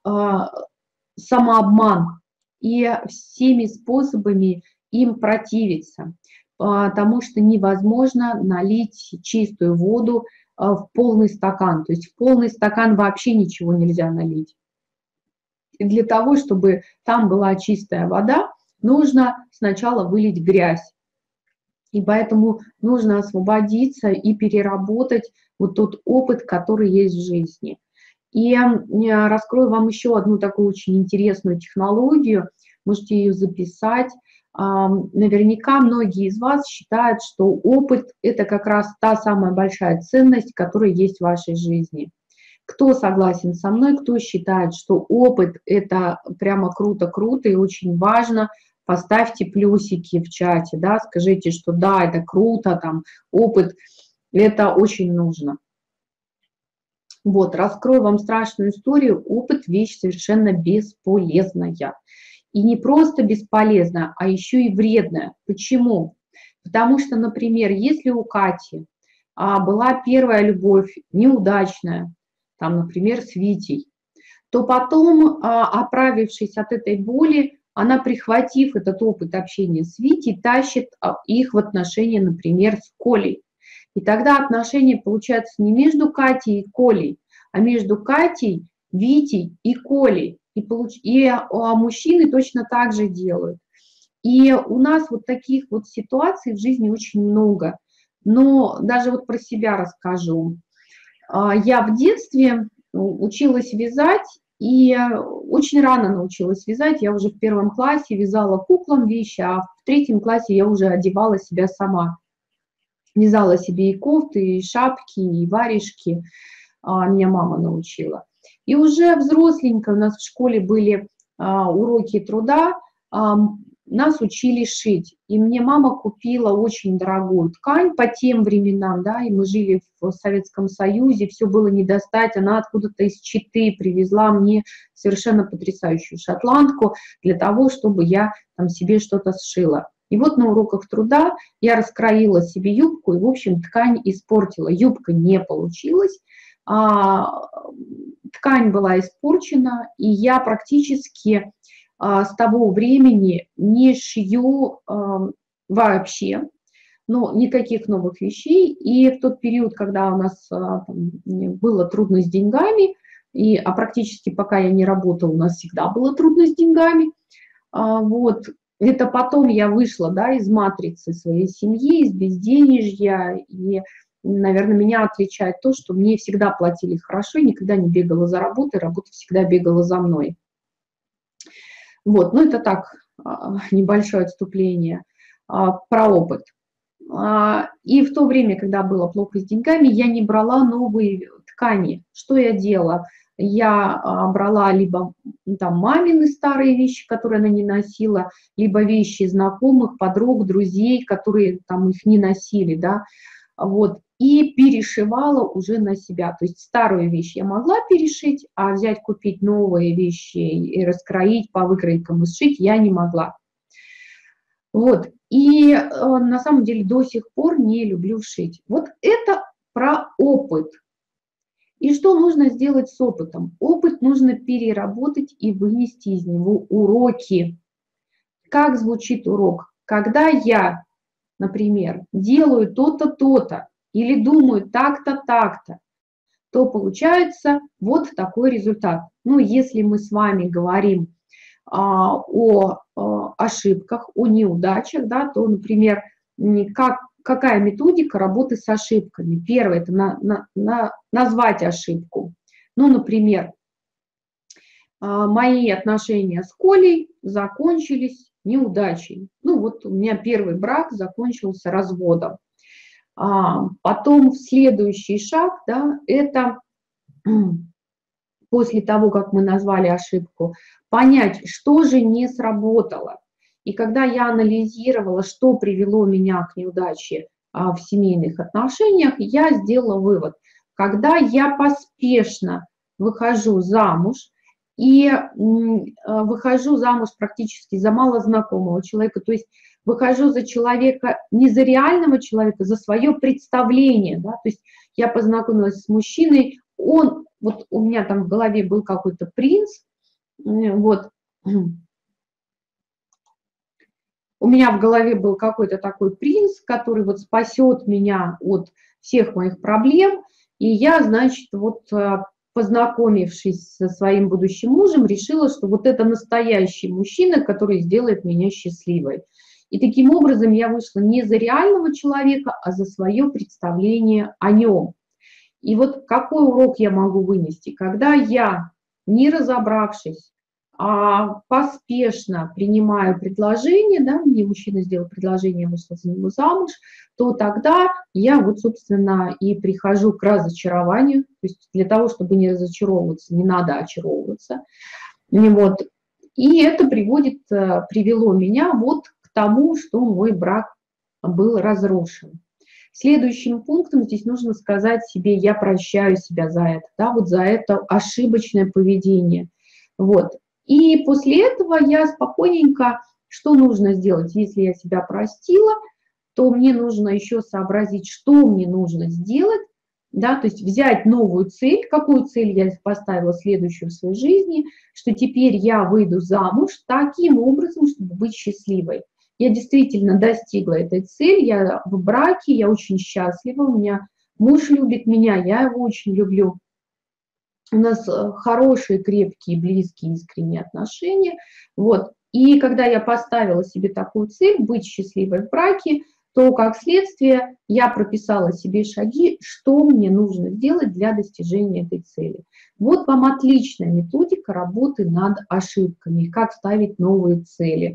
самообман, и всеми способами им противиться, потому что невозможно налить чистую воду в полный стакан, то есть в полный стакан вообще ничего нельзя налить. И для того, чтобы там была чистая вода, нужно сначала вылить грязь. И поэтому нужно освободиться и переработать вот тот опыт, который есть в жизни. И я раскрою вам еще одну такую очень интересную технологию, можете ее записать. Наверняка многие из вас считают, что опыт – это как раз та самая большая ценность, которая есть в вашей жизни. Кто согласен со мной, кто считает, что опыт – это прямо круто-круто и очень важно, поставьте плюсики в чате, да, скажите, что да, это круто, там, опыт – это очень нужно. Вот, раскрою вам страшную историю. Опыт – вещь совершенно бесполезная. И не просто бесполезная, а еще и вредная. Почему? Потому что, например, если у Кати была первая любовь неудачная, там, например, с Витей, то потом, оправившись от этой боли, она, прихватив этот опыт общения с Витей, тащит их в отношения, например, с Колей. И тогда отношения получаются не между Катей и Колей, а между Катей, Витей и Колей. И мужчины точно так же делают. И у нас вот таких вот ситуаций в жизни очень много. Но даже вот про себя расскажу. Я в детстве училась вязать, и очень рано научилась вязать. Я уже в 1 классе вязала куклам вещи, а в 3 классе я уже одевала себя сама. Вязала себе и кофты, и шапки, и варежки. Меня мама научила. И уже взросленько у нас в школе были уроки труда, нас учили шить. И мне мама купила очень дорогую ткань по тем временам, да, и мы жили в Советском Союзе, все было не достать. Она откуда-то из Читы привезла мне совершенно потрясающую шотландку для того, чтобы я там себе что-то сшила. И вот на уроках труда я раскроила себе юбку, и, в общем, ткань испортила. Юбка не получилась, ткань была испорчена, и я практически с того времени не шью вообще, но никаких новых вещей. И в тот период, когда у нас было трудно с деньгами, а практически пока я не работала, у нас всегда было трудно с деньгами, вот, это потом я вышла, да, из матрицы своей семьи, из безденежья, и, наверное, меня отличает то, что мне всегда платили хорошо, я никогда не бегала за работой, работа всегда бегала за мной. Вот, ну это так, небольшое отступление про опыт. И в то время, когда было плохо с деньгами, я не брала новые ткани. Что я делала? Я брала либо там мамины старые вещи, которые она не носила, либо вещи знакомых, подруг, друзей, которые там их не носили, да, вот, и перешивала уже на себя. То есть старую вещь я могла перешить, а взять, купить новые вещи и раскроить по выкройкам и сшить я не могла. Вот, и на самом деле до сих пор не люблю шить. Вот это про опыт. И что нужно сделать с опытом? Опыт нужно переработать и вынести из него уроки. Как звучит урок? Когда я, например, делаю то-то, то-то, или думаю так-то, так-то, то получается вот такой результат. Ну, если мы с вами говорим о ошибках, о неудачах, да, то, например, какая методика работы с ошибками? Первое – это назвать ошибку. Ну, например, мои отношения с Колей закончились неудачей. Ну, вот у меня первый брак закончился разводом. Потом следующий шаг, да, это после того, как мы назвали ошибку, понять, что же не сработало. И когда я анализировала, что привело меня к неудаче в семейных отношениях, я сделала вывод. Когда я поспешно выхожу замуж, и выхожу замуж практически за малознакомого человека, то есть выхожу за человека, не за реального человека, за свое представление, да, то есть я познакомилась с мужчиной, вот у меня там в голове был какой-то принц, вот, у меня в голове был какой-то такой принц, который вот спасет меня от всех моих проблем, и я, значит, вот познакомившись со своим будущим мужем, решила, что вот это настоящий мужчина, который сделает меня счастливой. И таким образом я вышла не за реального человека, а за свое представление о нем. И вот какой урок я могу вынести? Когда я, не разобравшись, поспешно принимаю предложение, да, мне мужчина сделал предложение, я вышла за него замуж, то тогда я вот, собственно, и прихожу к разочарованию. То есть для того, чтобы не разочаровываться, не надо очаровываться. Вот. И это привело меня вот к тому, что мой брак был разрушен. Следующим пунктом здесь нужно сказать себе: я прощаю себя за это, да, вот за это ошибочное поведение. Вот. И после этого я спокойненько, что нужно сделать, если я себя простила, то мне нужно еще сообразить, что мне нужно сделать, да, то есть взять новую цель, какую цель я поставила следующую в своей жизни, что теперь я выйду замуж таким образом, чтобы быть счастливой. Я действительно достигла этой цели, я в браке, я очень счастлива, у меня муж любит меня, я его очень люблю. У нас хорошие, крепкие, близкие, искренние отношения. Вот. И когда я поставила себе такую цель, быть счастливой в браке, то, как следствие, я прописала себе шаги, что мне нужно сделать для достижения этой цели. Вот вам отличная методика работы над ошибками, как ставить новые цели.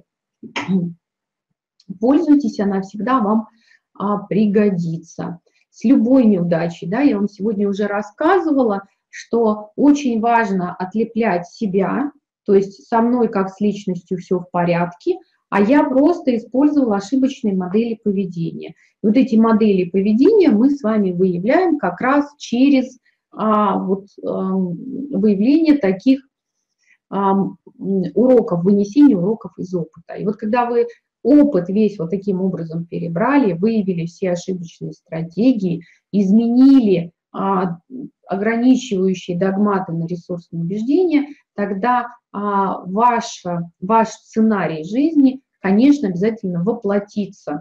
Пользуйтесь, она всегда вам пригодится. С любой неудачей, да, я вам сегодня уже рассказывала, что очень важно отлеплять себя, то есть со мной как с личностью все в порядке, а я просто использовала ошибочные модели поведения. И вот эти модели поведения мы с вами выявляем как раз через выявление таких уроков, вынесение уроков из опыта. И вот когда вы опыт весь вот таким образом перебрали, выявили все ошибочные стратегии, изменили ограничивающие догматы на ресурсные убеждения, тогда ваш сценарий жизни, конечно, обязательно воплотится.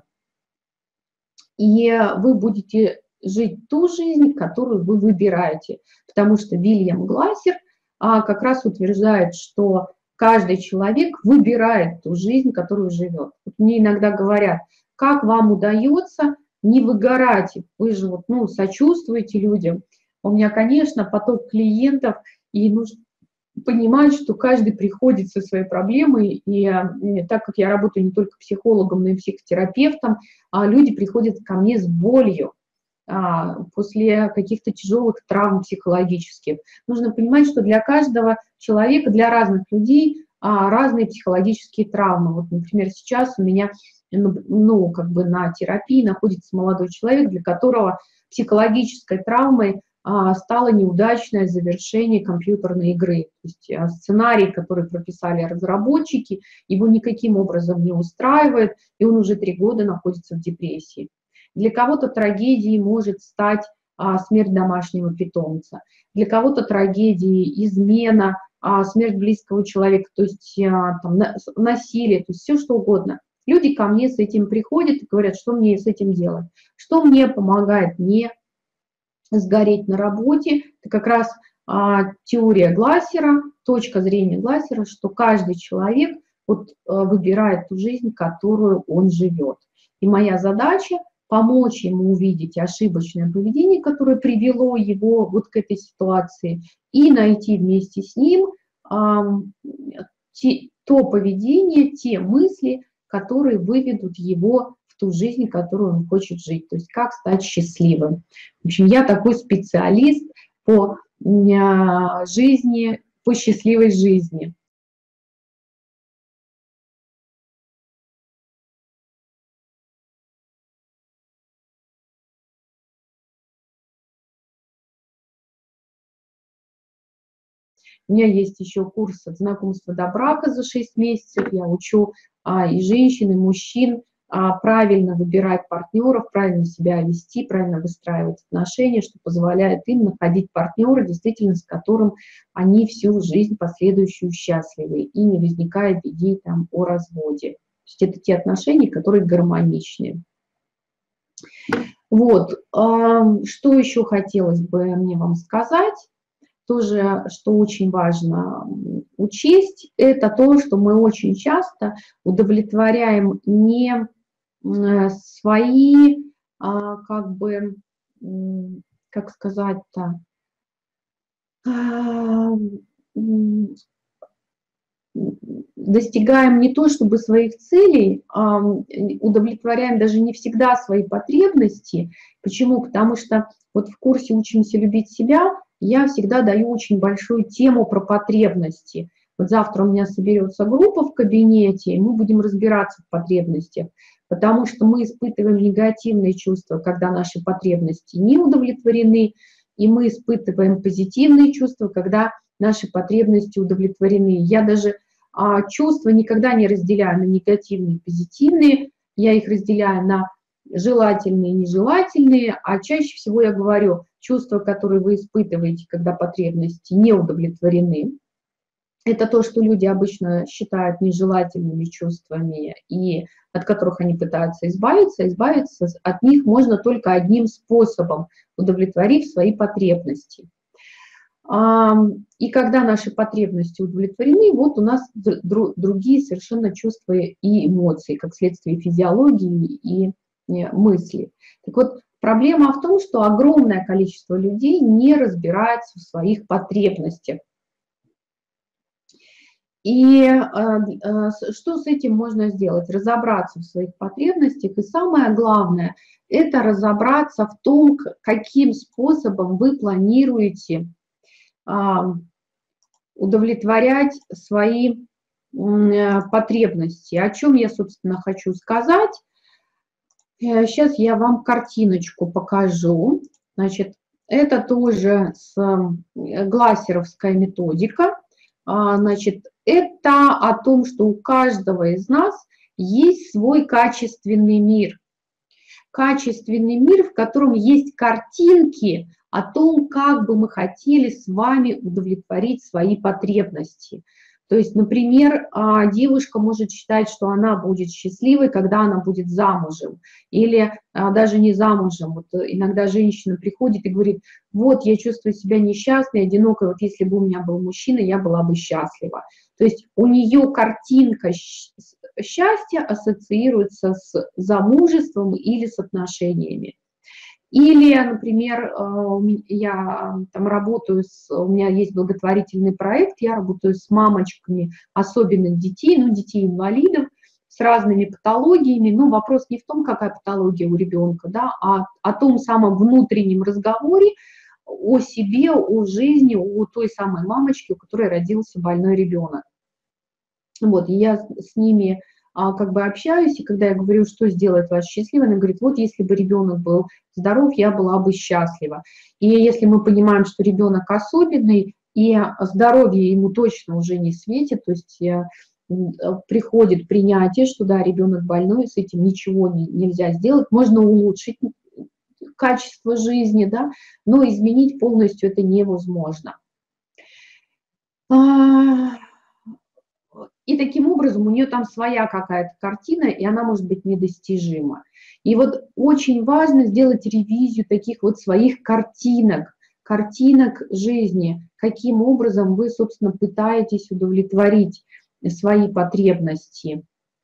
И вы будете жить ту жизнь, которую вы выбираете. Потому что Вильям Глассер как раз утверждает, что каждый человек выбирает ту жизнь, которую живет. Вот мне иногда говорят: как вам удается не выгорать? Вы же вот, сочувствуете людям. У меня, конечно, поток клиентов, и понимать, что каждый приходит со своей проблемой, и так как я работаю не только психологом, но и психотерапевтом, люди приходят ко мне с болью после каких-то тяжелых травм психологических. Нужно понимать, что для каждого человека, для разных людей разные психологические травмы. Вот, например, сейчас у меня как бы на терапии находится молодой человек, для которого психологической травмой стало неудачное завершение компьютерной игры. То есть сценарий, который прописали разработчики, его никаким образом не устраивает, и он уже 3 года находится в депрессии. Для кого-то трагедией может стать смерть домашнего питомца, для кого-то трагедией измена, смерть близкого человека, то есть там, насилие, то есть все что угодно. Люди ко мне с этим приходят и говорят, что мне с этим делать, что мне помогает не сгореть на работе. Это как раз теория Глассера, точка зрения Глассера, что каждый человек выбирает ту жизнь, которую он живет. И моя задача помочь ему увидеть ошибочное поведение, которое привело его вот к этой ситуации, и найти вместе с ним то поведение, те мысли, которые выведут его в ту жизнь, которую он хочет жить, то есть как стать счастливым. В общем, я такой специалист по жизни, по счастливой жизни. У меня есть еще курс от знакомства до брака за 6 месяцев. Я учу и женщин, и мужчин правильно выбирать партнеров, правильно себя вести, правильно выстраивать отношения, что позволяет им находить партнера, действительно, с которым они всю жизнь последующую счастливы, и не возникает идей там о разводе. То есть это те отношения, которые гармоничны. Вот, что еще хотелось бы мне вам сказать. Тоже, что очень важно учесть, это то, что мы очень часто удовлетворяем не свои, как сказать-то, достигаем не то чтобы своих целей, удовлетворяем даже не всегда свои потребности. Почему? Потому что вот в курсе «Учимся любить себя» я всегда даю очень большую тему про потребности. Вот завтра у меня соберется группа в кабинете, и мы будем разбираться в потребностях, потому что мы испытываем негативные чувства, когда наши потребности не удовлетворены, и мы испытываем позитивные чувства, когда наши потребности удовлетворены. Я даже чувства никогда не разделяю на негативные и позитивные, я их разделяю на желательные и нежелательные, а чаще всего я говорю, чувства, которые вы испытываете, когда потребности не удовлетворены, это то, что люди обычно считают нежелательными чувствами и от которых они пытаются избавиться. Избавиться от них можно только одним способом, удовлетворив свои потребности. И когда наши потребности удовлетворены, вот у нас другие совершенно чувства и эмоции, как следствие физиологии и мысли. Так вот, проблема в том, что огромное количество людей не разбирается в своих потребностях. И что с этим можно сделать? Разобраться в своих потребностях. И самое главное, это разобраться в том, каким способом вы планируете удовлетворять свои потребности. О чем я, собственно, хочу сказать. Сейчас я вам картиночку покажу. Значит, это тоже глассеровская методика. Значит, это о том, что у каждого из нас есть свой качественный мир. Качественный мир, в котором есть картинки о том, как бы мы хотели с вами удовлетворить свои потребности. То есть, например, девушка может считать, что она будет счастливой, когда она будет замужем, или даже не замужем. Вот иногда женщина приходит и говорит, вот я чувствую себя несчастной, одинокой, вот если бы у меня был мужчина, я была бы счастлива. То есть у нее картинка счастья ассоциируется с замужеством или с отношениями. Или, например, я там работаю, у меня есть благотворительный проект, я работаю с мамочками особенных детей, ну, детей-инвалидов, с разными патологиями. Ну, вопрос не в том, какая патология у ребенка, да, а о том самом внутреннем разговоре о себе, о жизни, о той самой мамочке, у которой родился больной ребенок. Вот, и я с ними как бы общаюсь, и когда я говорю, что сделает вас счастливой, она говорит, вот если бы ребенок был здоров, я была бы счастлива. И если мы понимаем, что ребенок особенный, и здоровье ему точно уже не светит, то есть приходит принятие, что да, ребенок больной, с этим ничего нельзя сделать, можно улучшить качество жизни, да, но изменить полностью это невозможно. И таким образом у нее там своя какая-то картина, и она может быть недостижима. И вот очень важно сделать ревизию таких вот своих картинок жизни, каким образом вы, собственно, пытаетесь удовлетворить свои потребности.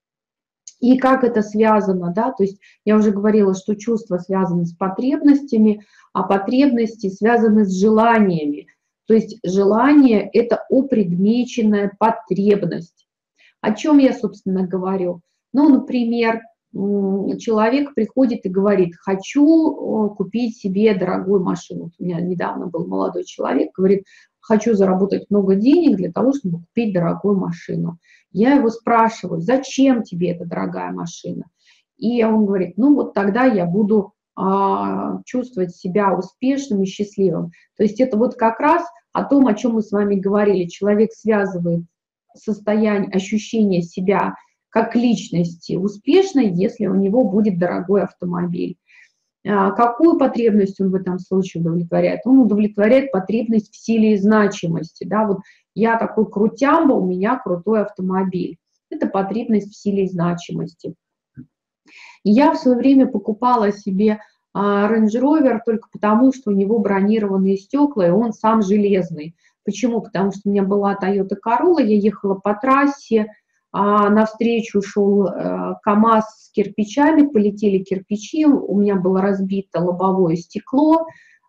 И как это связано, да, то есть я уже говорила, что чувства связаны с потребностями, а потребности связаны с желаниями. То есть желание – это опредмеченная потребность. О чем я, собственно, говорю? Ну, например, человек приходит и говорит, хочу купить себе дорогую машину. У меня недавно был молодой человек, говорит, хочу заработать много денег для того, чтобы купить дорогую машину. Я его спрашиваю, зачем тебе эта дорогая машина? И он говорит, ну вот тогда я буду чувствовать себя успешным и счастливым. То есть это вот как раз о том, о чем мы с вами говорили. Человек связывает состояние, ощущение себя как личности успешной, если у него будет дорогой автомобиль. Какую потребность он в этом случае удовлетворяет? Он удовлетворяет потребность в силе и значимости. Да? Вот я такой крутямба, у меня крутой автомобиль. Это потребность в силе и значимости. Я в свое время покупала себе Range Rover только потому, что у него бронированные стекла, и он сам железный. Почему? Потому что у меня была Toyota Corolla, я ехала по трассе, навстречу шел КАМАЗ с кирпичами, полетели кирпичи, у меня было разбито лобовое стекло,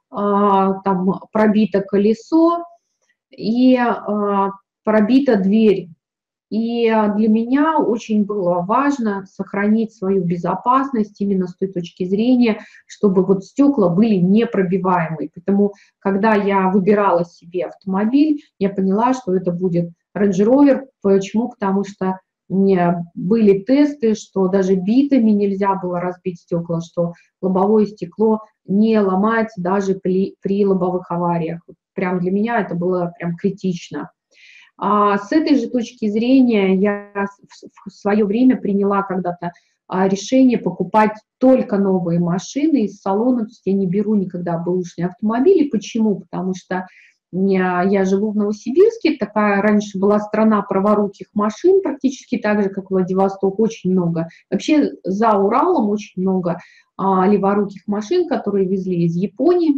там пробито колесо и пробита дверь. И для меня очень было важно сохранить свою безопасность именно с той точки зрения, чтобы вот стекла были непробиваемые. Поэтому, когда я выбирала себе автомобиль, я поняла, что это будет Range Rover. Почему? Потому что были тесты, что даже битами нельзя было разбить стекла, что лобовое стекло не ломать даже при лобовых авариях. Прям для меня это было прям критично. С этой же точки зрения я в свое время приняла когда-то решение покупать только новые машины из салона, то есть я не беру никогда бэушные автомобили. Почему? Потому что я живу в Новосибирске, такая раньше была страна праворуких машин, практически так же, как Владивосток, очень много. Вообще за Уралом очень много леворуких машин, которые везли из Японии.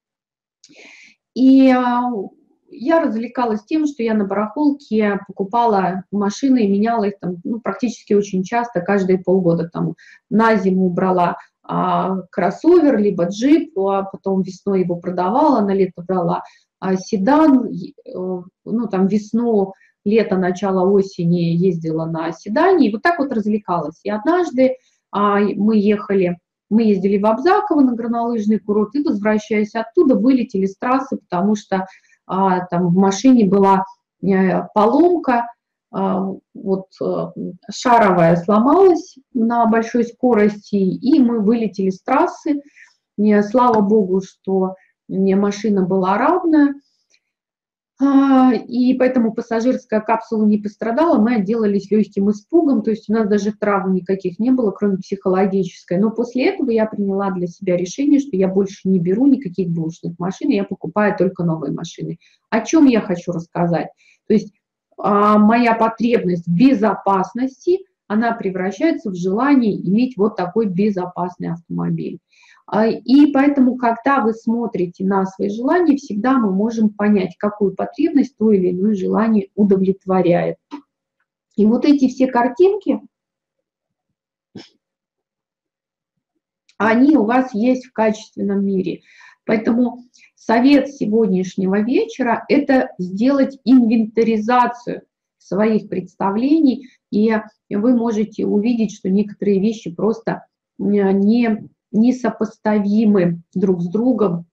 И я развлекалась тем, что я на барахолке покупала машины и меняла их там, ну, практически очень часто, каждые полгода. Там, на зиму брала кроссовер, либо джип, а потом весной его продавала, на лето брала седан, ну, там весну, лето, начало осени ездила на седане, и вот так вот развлекалась. И однажды мы ездили в Абзаково на горнолыжный курорт, и, возвращаясь оттуда, вылетели с трассы, потому что там в машине была поломка, вот шаровая сломалась на большой скорости, и мы вылетели с трассы. Слава богу, что машина была равная, и поэтому пассажирская капсула не пострадала, мы отделались легким испугом, то есть у нас даже травм никаких не было, кроме психологической. Но после этого я приняла для себя решение, что я больше не беру никаких бэушных машин, я покупаю только новые машины. О чем я хочу рассказать? То есть моя потребность в безопасности, она превращается в желание иметь вот такой безопасный автомобиль. И поэтому, когда вы смотрите на свои желания, всегда мы можем понять, какую потребность то или иное желание удовлетворяет. И вот эти все картинки, они у вас есть в качественном мире. Поэтому совет сегодняшнего вечера – это сделать инвентаризацию своих представлений, и вы можете увидеть, что некоторые вещи просто несопоставимы друг с другом.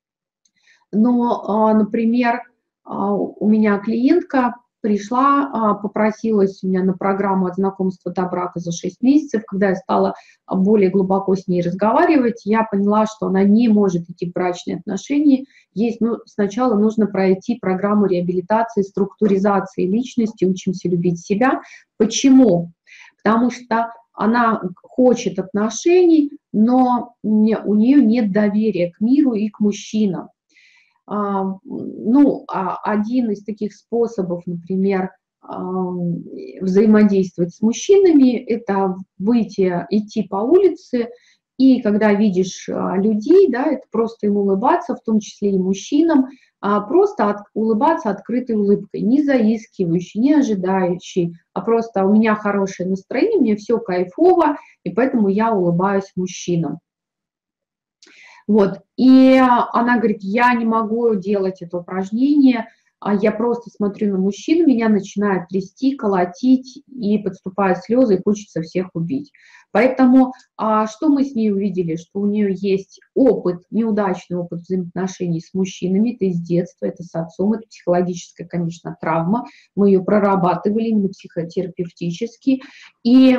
Но, например, у меня клиентка пришла, попросилась у меня на программу от знакомства до брака за 6 месяцев. Когда я стала более глубоко с ней разговаривать, я поняла, что она не может идти в брачные отношения. Сначала нужно пройти программу реабилитации, структуризации личности, учимся любить себя. Почему? Потому что она хочет отношений, но у нее нет доверия к миру и к мужчинам. Один из таких способов, например, взаимодействовать с мужчинами, это идти по улице, и когда видишь людей, да, это просто им улыбаться, в том числе и мужчинам, просто улыбаться открытой улыбкой, не заискивающей, не ожидающей, а просто у меня хорошее настроение, мне все кайфово, и поэтому я улыбаюсь мужчинам. Вот. И она говорит, я не могу делать это упражнение, я просто смотрю на мужчину, меня начинает трясти, колотить, и подступают слезы, и хочется всех убить. Поэтому что мы с ней увидели? Что у нее есть неудачный опыт взаимоотношений с мужчинами, это из детства, это с отцом, это психологическая, конечно, травма. Мы ее прорабатывали именно психотерапевтически. И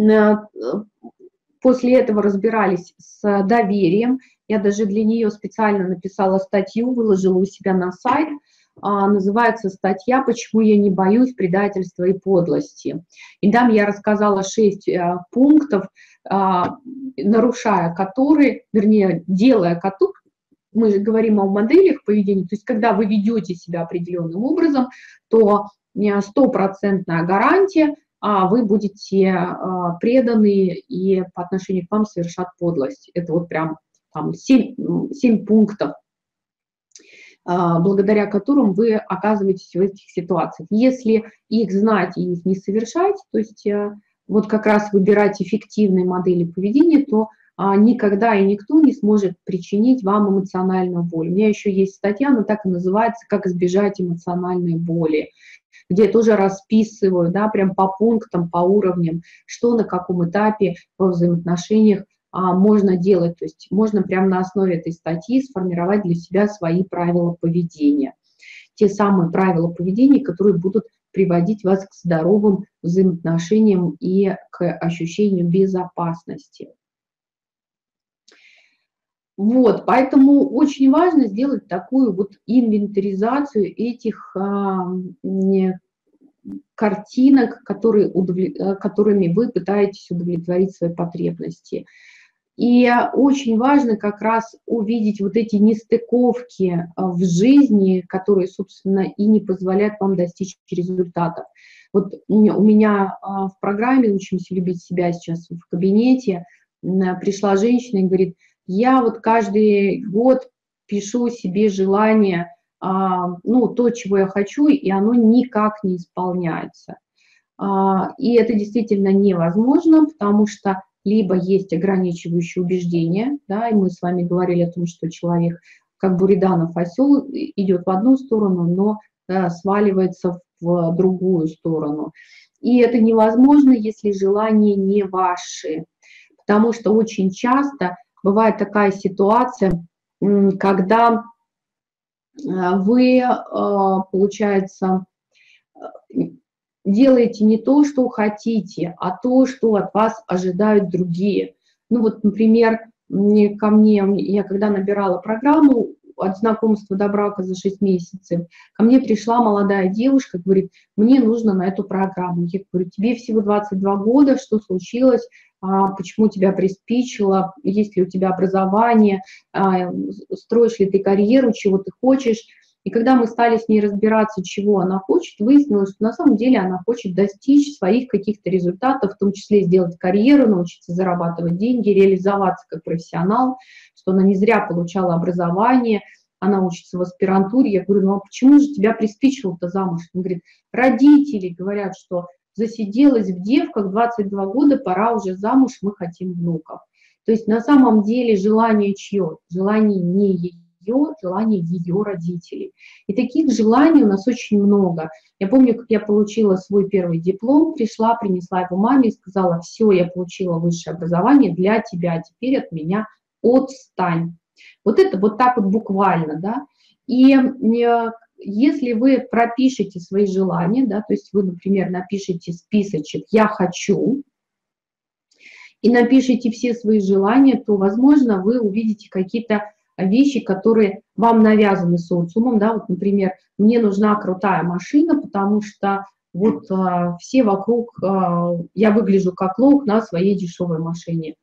после этого разбирались с доверием. Я даже для нее специально написала статью, выложила у себя на сайт. Называется статья «Почему я не боюсь предательства и подлости». И там я рассказала 6 пунктов, нарушая которые, вернее, делая которые, мы же говорим о моделях поведения, то есть когда вы ведете себя определенным образом, то 100% гарантия, вы будете преданы и по отношению к вам совершат подлость. Это вот прям там 7 пунктов, благодаря которым вы оказываетесь в этих ситуациях. Если их знать и их не совершать, то есть вот как раз выбирать эффективные модели поведения, то никогда и никто не сможет причинить вам эмоциональную боль. У меня еще есть статья, она так и называется «Как избежать эмоциональной боли», где я тоже расписываю, да, прям по пунктам, по уровням, что на каком этапе во взаимоотношениях можно делать. То есть можно прямо на основе этой статьи сформировать для себя свои правила поведения. Те самые правила поведения, которые будут приводить вас к здоровым взаимоотношениям и к ощущению безопасности. Вот, поэтому очень важно сделать такую вот инвентаризацию этих картинок, которыми вы пытаетесь удовлетворить свои потребности. И очень важно как раз увидеть вот эти нестыковки в жизни, которые, собственно, и не позволяют вам достичь результатов. Вот у меня в программе «Учимся любить себя» сейчас в кабинете пришла женщина и говорит, я вот каждый год пишу себе желание, то, чего я хочу, и оно никак не исполняется. И это действительно невозможно, потому что либо есть ограничивающие убеждения, да, и мы с вами говорили о том, что человек, как Буриданов осел, идет в одну сторону, но сваливается в другую сторону. И это невозможно, если желания не ваши, потому что очень часто бывает такая ситуация, когда вы, получается, делаете не то, что хотите, а то, что от вас ожидают другие. Ну вот, например, ко мне, я когда набирала программу от знакомства до брака за 6 месяцев, ко мне пришла молодая девушка, говорит, мне нужно на эту программу. Я говорю, тебе всего 22 года, что случилось, почему тебя приспичило, есть ли у тебя образование, строишь ли ты карьеру, чего ты хочешь. И когда мы стали с ней разбираться, чего она хочет, выяснилось, что на самом деле она хочет достичь своих каких-то результатов, в том числе сделать карьеру, научиться зарабатывать деньги, реализоваться как профессионал, что она не зря получала образование, она учится в аспирантуре. Я говорю, ну а почему же тебя приспичило-то замуж? Он говорит, родители говорят, что засиделась в девках, 22 года, пора уже замуж, мы хотим внуков. То есть на самом деле желание чье? Желание не ее, желание ее родителей. И таких желаний у нас очень много. Я помню, как я получила свой первый диплом, пришла, принесла его маме и сказала: все, я получила высшее образование для тебя, теперь от меня отстань. Вот это вот так вот буквально, да. И если вы пропишете свои желания, да, то есть вы, например, напишите списочек «я хочу», и напишите все свои желания, то, возможно, вы увидите какие-то вещи, которые вам навязаны социумом, да, вот, например, мне нужна крутая машина, потому что вот все вокруг, я выгляжу как лох на своей дешевой машине.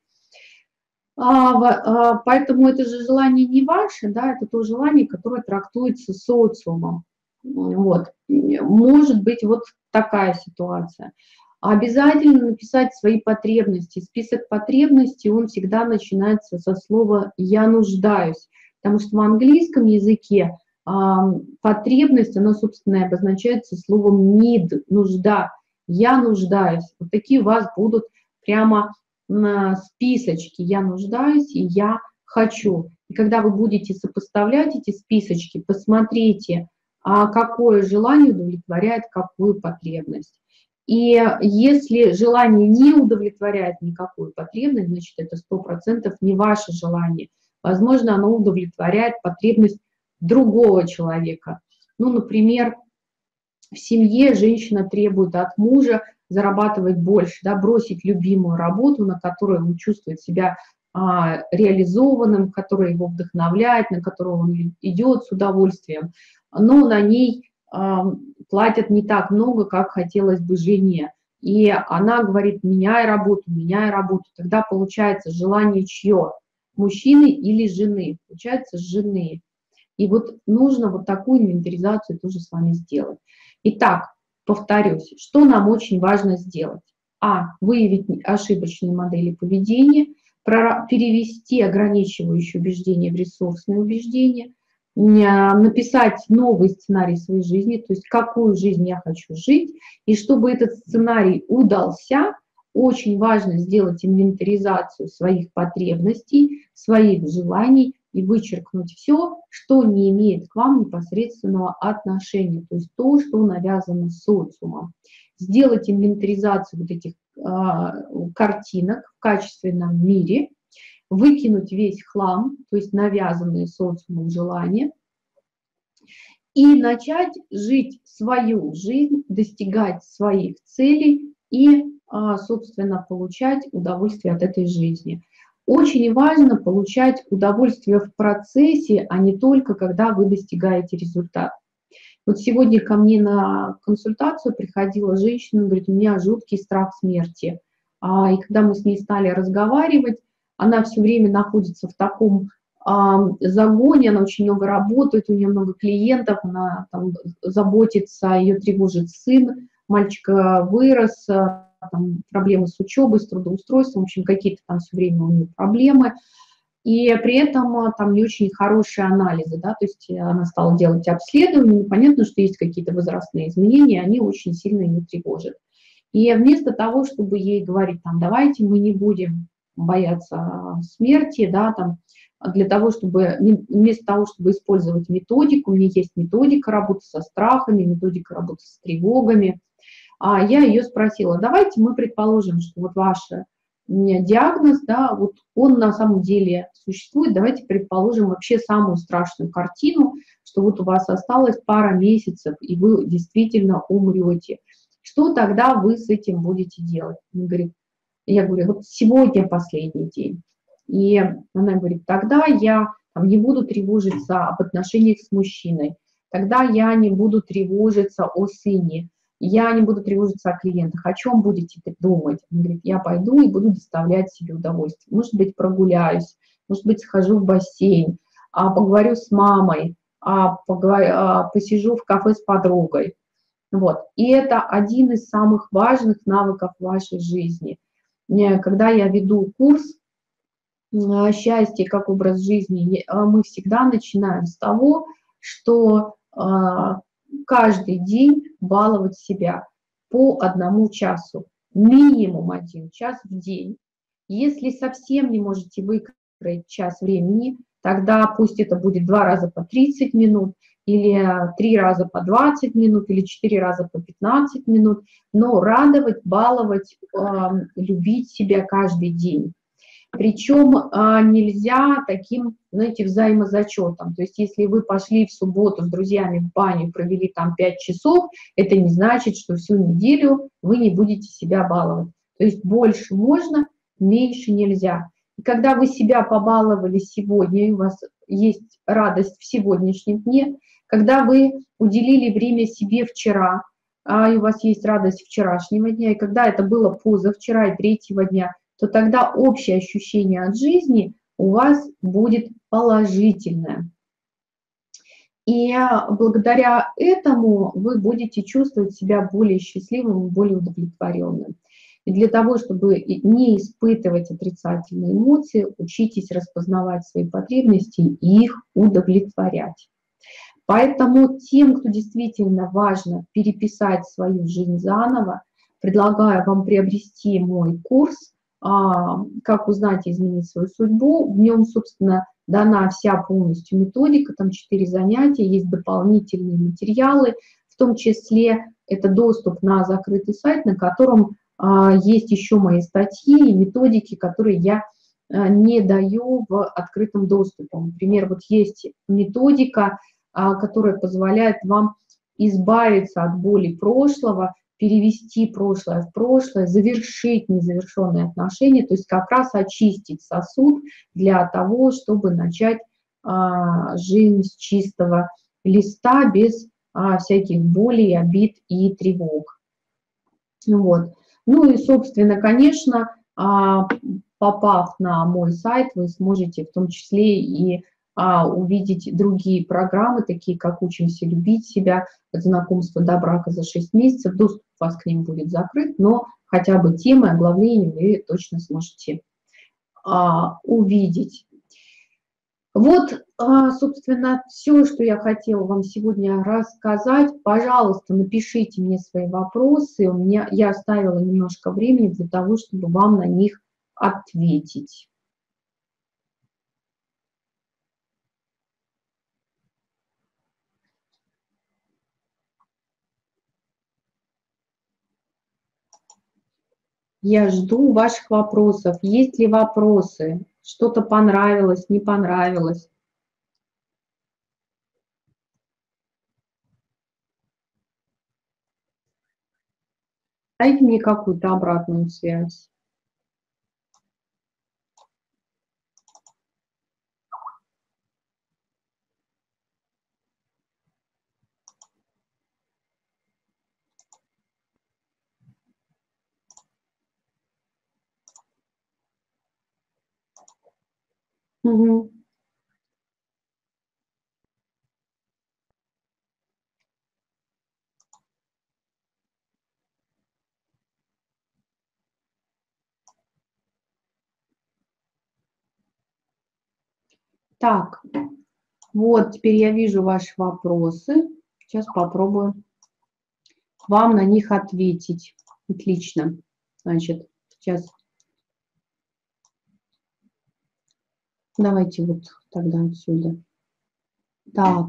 Поэтому это же желание не ваше, да, это то желание, которое трактуется социумом. Вот. Может быть вот такая ситуация. Обязательно написать свои потребности. Список потребностей, он всегда начинается со слова «я нуждаюсь», потому что в английском языке потребность, она, собственно, обозначается словом need, нужда, «я нуждаюсь». Вот такие у вас будут прямо на списочки «я нуждаюсь» и «я хочу». И когда вы будете сопоставлять эти списочки, посмотрите, какое желание удовлетворяет какую потребность. И если желание не удовлетворяет никакую потребность, значит, это 100% не ваше желание. Возможно, оно удовлетворяет потребность другого человека. Ну, например, в семье женщина требует от мужа зарабатывать больше, да, бросить любимую работу, на которой он чувствует себя реализованным, которая его вдохновляет, на которую он идет с удовольствием, но на ней платят не так много, как хотелось бы жене. И она говорит: меняй работу, меняй работу. Тогда получается желание чье? Мужчины или жены? Получается жены. И вот нужно вот такую инвентаризацию тоже с вами сделать. Итак, повторюсь, что нам очень важно сделать? Выявить ошибочные модели поведения, перевести ограничивающие убеждения в ресурсные убеждения, написать новый сценарий своей жизни, то есть какую жизнь я хочу жить. И чтобы этот сценарий удался, очень важно сделать инвентаризацию своих потребностей, своих желаний и вычеркнуть все, что не имеет к вам непосредственного отношения, то есть то, что навязано социумом. Сделать инвентаризацию вот этих картинок в качественном мире, выкинуть весь хлам, то есть навязанные социумом желания, и начать жить свою жизнь, достигать своих целей и, собственно, получать удовольствие от этой жизни. Очень важно получать удовольствие в процессе, а не только когда вы достигаете результата. Вот сегодня ко мне на консультацию приходила женщина, говорит: у меня жуткий страх смерти. И когда мы с ней стали разговаривать, она все время находится в таком загоне, она очень много работает, у нее много клиентов, она там заботится, ее тревожит сын, мальчик вырос, там проблемы с учебой, с трудоустройством, в общем, какие-то там все время у нее проблемы. И при этом там не очень хорошие анализы, да, то есть она стала делать обследования, понятно, что есть какие-то возрастные изменения, они очень сильно ее тревожат. И вместо того, чтобы ей говорить, там, давайте мы не будем бояться смерти, да, там, для того, чтобы, вместо того, чтобы использовать методику, у меня есть методика работы со страхами, методика работы с тревогами, я ее спросила: давайте мы предположим, что вот ваш диагноз, да, вот он на самом деле существует, давайте предположим вообще самую страшную картину, что вот у вас осталось пара месяцев, и вы действительно умрете. Что тогда вы с этим будете делать? Я говорю: вот сегодня последний день. И она говорит: тогда я там не буду тревожиться об отношениях с мужчиной, тогда я не буду тревожиться о сыне, я не буду тревожиться о клиентах. О чем будете думать? Она говорит: я пойду и буду доставлять себе удовольствие. Может быть, прогуляюсь, может быть, схожу в бассейн, поговорю с мамой, посижу в кафе с подругой. Вот. И это один из самых важных навыков в вашей жизни. Когда я веду курс «Счастье как образ жизни», мы всегда начинаем с того, что каждый день баловать себя по 1 часу, минимум 1 час в день. Если совсем не можете выкроить час времени, тогда пусть это будет 2 раза по 30 минут, или 3 раза по 20 минут, или 4 раза по 15 минут, но радовать, баловать, любить себя каждый день. Причем нельзя таким, знаете, взаимозачетом. То есть если вы пошли в субботу с друзьями в баню, провели там 5 часов, это не значит, что всю неделю вы не будете себя баловать. То есть больше можно, меньше нельзя. И когда вы себя побаловали сегодня, и у вас есть радость в сегодняшнем дне, когда вы уделили время себе вчера, и у вас есть радость вчерашнего дня, и когда это было позавчера и третьего дня, то тогда общее ощущение от жизни у вас будет положительное. И благодаря этому вы будете чувствовать себя более счастливым и более удовлетворенным. И для того, чтобы не испытывать отрицательные эмоции, учитесь распознавать свои потребности и их удовлетворять. Поэтому тем, кто действительно важно переписать свою жизнь заново, предлагаю вам приобрести мой курс «Как узнать и изменить свою судьбу». В нем, собственно, дана вся полностью методика, там 4 занятия, есть дополнительные материалы, в том числе это доступ на закрытый сайт, на котором есть еще мои статьи и методики, которые я не даю в открытом доступе. Например, вот есть методика, которая позволяет вам избавиться от боли прошлого, перевести прошлое в прошлое, завершить незавершенные отношения, то есть как раз очистить сосуд для того, чтобы начать жизнь с чистого листа, без всяких болей, обид и тревог. Вот. Ну и, собственно, конечно, попав на мой сайт, вы сможете в том числе и увидеть другие программы, такие как «Учимся любить себя», «От знакомства до брака за 6 месяцев». Доступ у вас к ним будет закрыт, но хотя бы темы оглавления вы точно сможете увидеть. Вот, собственно, все, что я хотела вам сегодня рассказать. Пожалуйста, напишите мне свои вопросы. Я оставила немножко времени для того, чтобы вам на них ответить. Я жду ваших вопросов. Есть ли вопросы? Что-то понравилось, не понравилось? Дайте мне какую-то обратную связь. Угу. Так, вот теперь я вижу ваши вопросы. Сейчас попробую вам на них ответить. Отлично. Значит, сейчас давайте вот тогда отсюда. Так.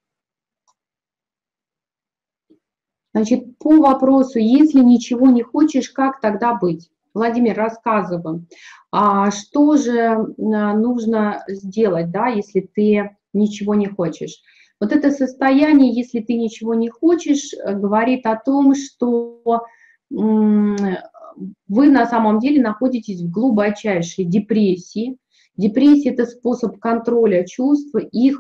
Значит, по вопросу, если ничего не хочешь, как тогда быть? Владимир, рассказываем. Что же нужно сделать, да, если ты ничего не хочешь? Вот это состояние, если ты ничего не хочешь, говорит о том, что вы на самом деле находитесь в глубочайшей депрессии. Депрессия – это способ контроля чувств, их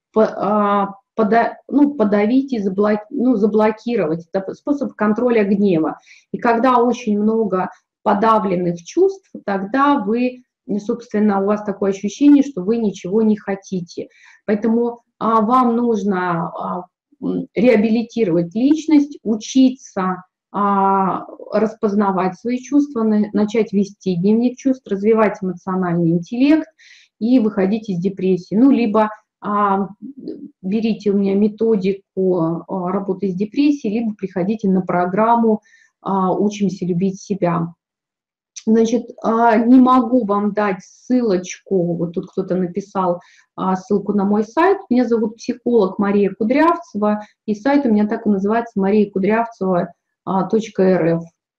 подавить и заблокировать. Это способ контроля гнева. И когда очень много подавленных чувств, тогда вы, собственно, у вас такое ощущение, что вы ничего не хотите. Поэтому вам нужно реабилитировать личность, учиться распознавать свои чувства, начать вести дневник чувств, развивать эмоциональный интеллект и выходить из депрессии. Ну, либо берите у меня методику работы с депрессией, либо приходите на программу «Учимся любить себя». Значит, не могу вам дать ссылочку, вот тут кто-то написал ссылку на мой сайт. Меня зовут психолог Мария Кудрявцева, и сайт у меня так и называется mariakudryavtseva.rf.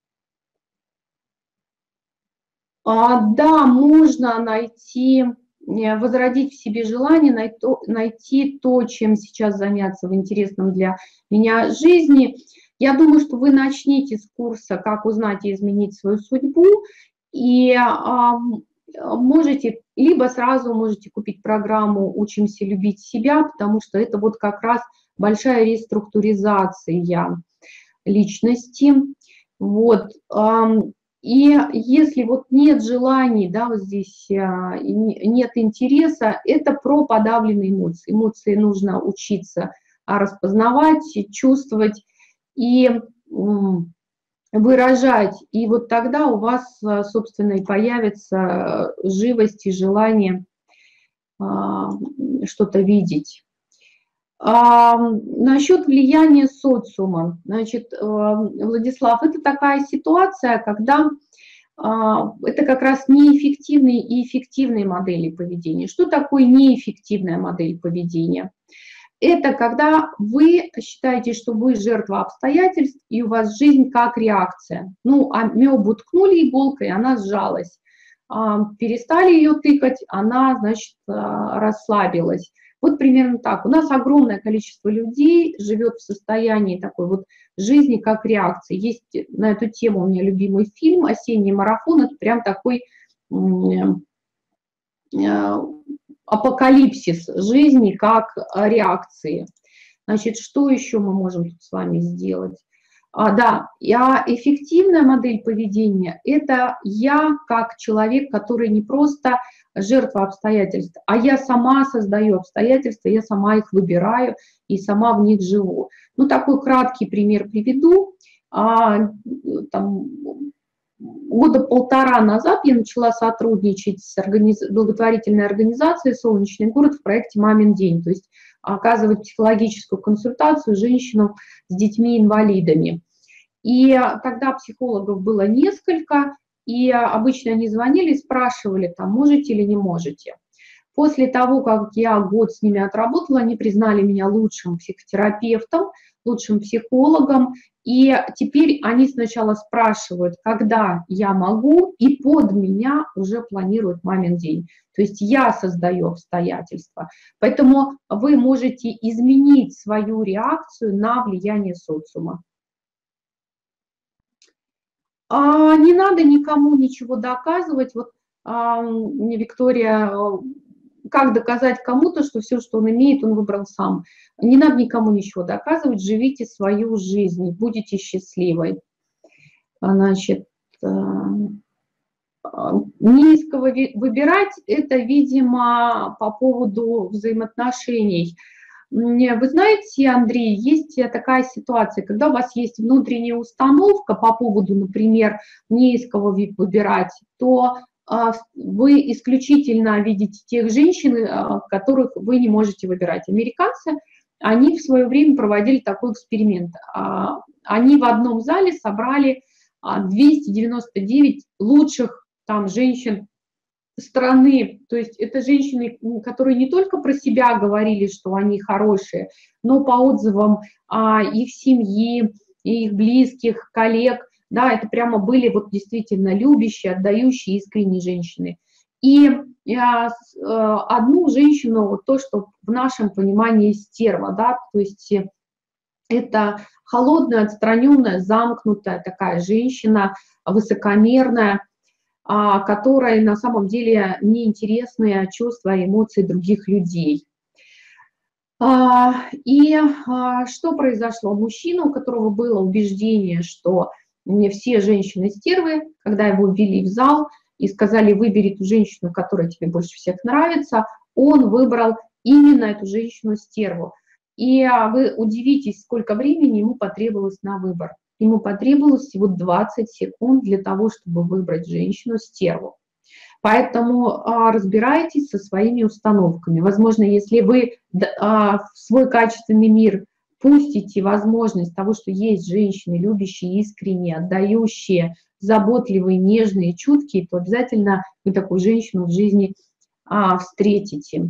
Да, можно найти, возродить в себе желание, найти то, чем сейчас заняться в интересном для меня жизни. Я думаю, что вы начнете с курса «Как узнать и изменить свою судьбу», и можете, либо сразу можете купить программу «Учимся любить себя», потому что это вот как раз большая реструктуризация личности. Вот. И если вот нет желаний, да, вот здесь нет интереса, это про подавленные эмоции. Эмоции нужно учиться распознавать, чувствовать и выражать. И вот тогда у вас, собственно, и появится живость и желание что-то видеть. Насчет влияния социума. Значит, Владислав, это такая ситуация, когда это как раз неэффективные и эффективные модели поведения. Что такое неэффективная модель поведения? Это когда вы считаете, что вы жертва обстоятельств, и у вас жизнь как реакция. Ну, а мёбу ткнули иголкой, она сжалась. Перестали ее тыкать, она, значит, расслабилась. Вот примерно так. У нас огромное количество людей живет в состоянии такой вот жизни как реакции. Есть на эту тему у меня любимый фильм «Осенний марафон». Это прям такой апокалипсис жизни как реакции. Значит, что еще мы можем тут с вами сделать? Да, эффективная модель поведения – это я как человек, который не просто жертва обстоятельств, а я сама создаю обстоятельства, я сама их выбираю и сама в них живу. Ну, такой краткий пример приведу. Там, года полтора назад я начала сотрудничать с благотворительной организацией «Солнечный город» в проекте «Мамин день», то есть оказывать психологическую консультацию женщинам с детьми-инвалидами. И тогда психологов было несколько, и обычно они звонили и спрашивали, там, можете или не можете. После того, как я год с ними отработала, они признали меня лучшим психотерапевтом, лучшим психологом, и теперь они сначала спрашивают, когда я могу, и под меня уже планируют «Мамин день». То есть я создаю обстоятельства. Поэтому вы можете изменить свою реакцию на влияние социума. Не надо никому ничего доказывать. Вот мне Виктория, как доказать кому-то, что все, что он имеет, он выбрал сам. Не надо никому ничего доказывать, живите свою жизнь, будете счастливой. Значит, не из кого выбирать, это, видимо, по поводу взаимоотношений. Вы знаете, Андрей, есть такая ситуация, когда у вас есть внутренняя установка по поводу, например, не из кого выбирать, то вы исключительно видите тех женщин, которых вы не можете выбирать. Американцы, они в свое время проводили такой эксперимент. Они в одном зале собрали 299 лучших там женщин страны, то есть это женщины, которые не только про себя говорили, что они хорошие, но по отзывам их семьи, их близких, коллег, да, это прямо были вот действительно любящие, отдающие, искренние женщины. И одну женщину, вот то, что в нашем понимании стерва, да, то есть это холодная, отстраненная, замкнутая такая женщина, высокомерная, которой на самом деле неинтересны чувства и эмоции других людей. И что произошло? Мужчина, у которого было убеждение, что не все женщины стервы, когда его ввели в зал и сказали, выбери ту женщину, которая тебе больше всех нравится, он выбрал именно эту женщину-стерву. И вы удивитесь, сколько времени ему потребовалось на выбор. Ему потребовалось всего 20 секунд для того, чтобы выбрать женщину-стерву. Поэтому разбирайтесь со своими установками. Возможно, если вы в свой качественный мир пустите возможность того, что есть женщины, любящие, искренние, отдающие, заботливые, нежные, чуткие, то обязательно вы такую женщину в жизни встретите.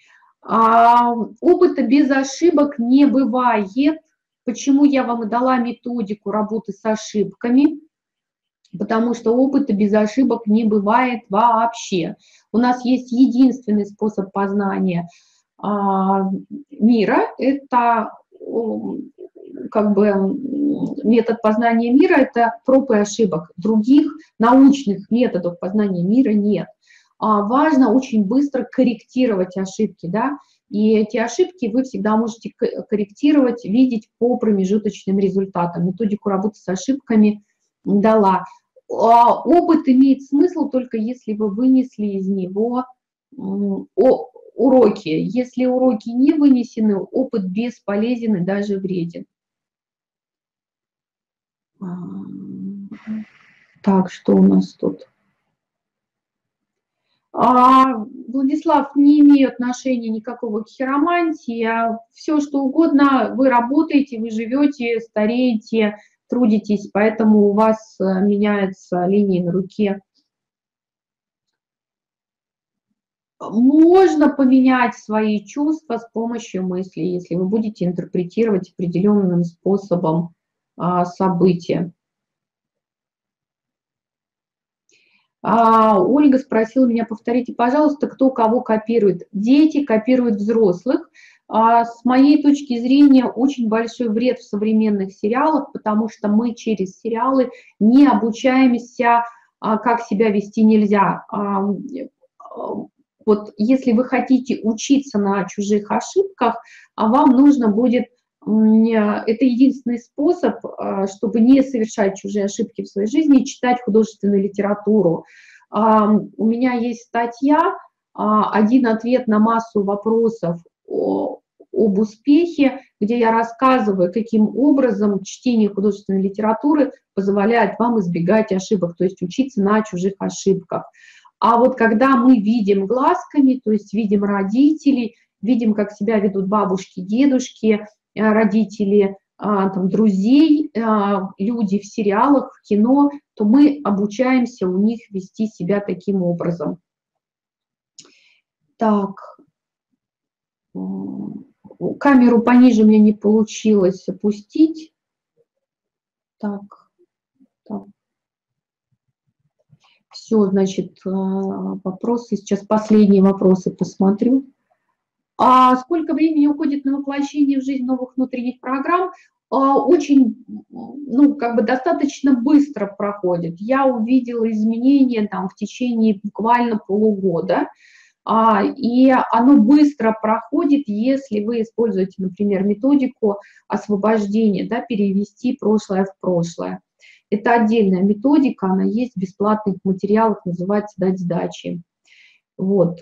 Опыта без ошибок не бывает. Почему я вам и дала методику работы с ошибками? Потому что опыта без ошибок не бывает вообще. У нас есть единственный способ познания мира, это как бы метод познания мира, это проб и ошибок. Других научных методов познания мира нет. Важно очень быстро корректировать ошибки, да, и эти ошибки вы всегда можете корректировать, видеть по промежуточным результатам. Методику работы с ошибками дала. Опыт имеет смысл только если вы вынесли из него уроки. Если уроки не вынесены, опыт бесполезен и даже вреден. Так, что у нас тут? Владислав, не имею отношения никакого к хиромантии. Все, что угодно, вы работаете, вы живете, стареете, трудитесь, поэтому у вас меняются линии на руке. Можно поменять свои чувства с помощью мысли, если вы будете интерпретировать определенным способом события. Ольга спросила меня, повторите, пожалуйста, кто кого копирует. Дети копируют взрослых. С моей точки зрения, очень большой вред в современных сериалах, потому что мы через сериалы не обучаемся, как себя вести нельзя. Вот если вы хотите учиться на чужих ошибках, вам нужно будет, это единственный способ, чтобы не совершать чужие ошибки в своей жизни, читать художественную литературу. У меня есть статья «Один ответ на массу вопросов об успехе», где я рассказываю, каким образом чтение художественной литературы позволяет вам избегать ошибок, то есть учиться на чужих ошибках. А вот когда мы видим глазками, то есть видим родителей, видим, как себя ведут бабушки, дедушки, родители, там, друзей, люди в сериалах, в кино, то мы обучаемся у них вести себя таким образом. Так, камеру пониже мне не получилось опустить. Так. Все, значит, вопросы. Сейчас последние вопросы посмотрю. Сколько времени уходит на воплощение в жизнь новых внутренних программ? Очень, достаточно быстро проходит. Я увидела изменения там в течение буквально полугода. И оно быстро проходит, если вы используете, например, методику освобождения, да, перевести прошлое в прошлое. Это отдельная методика, она есть в бесплатных материалах, называется «Дать сдачи». Вот.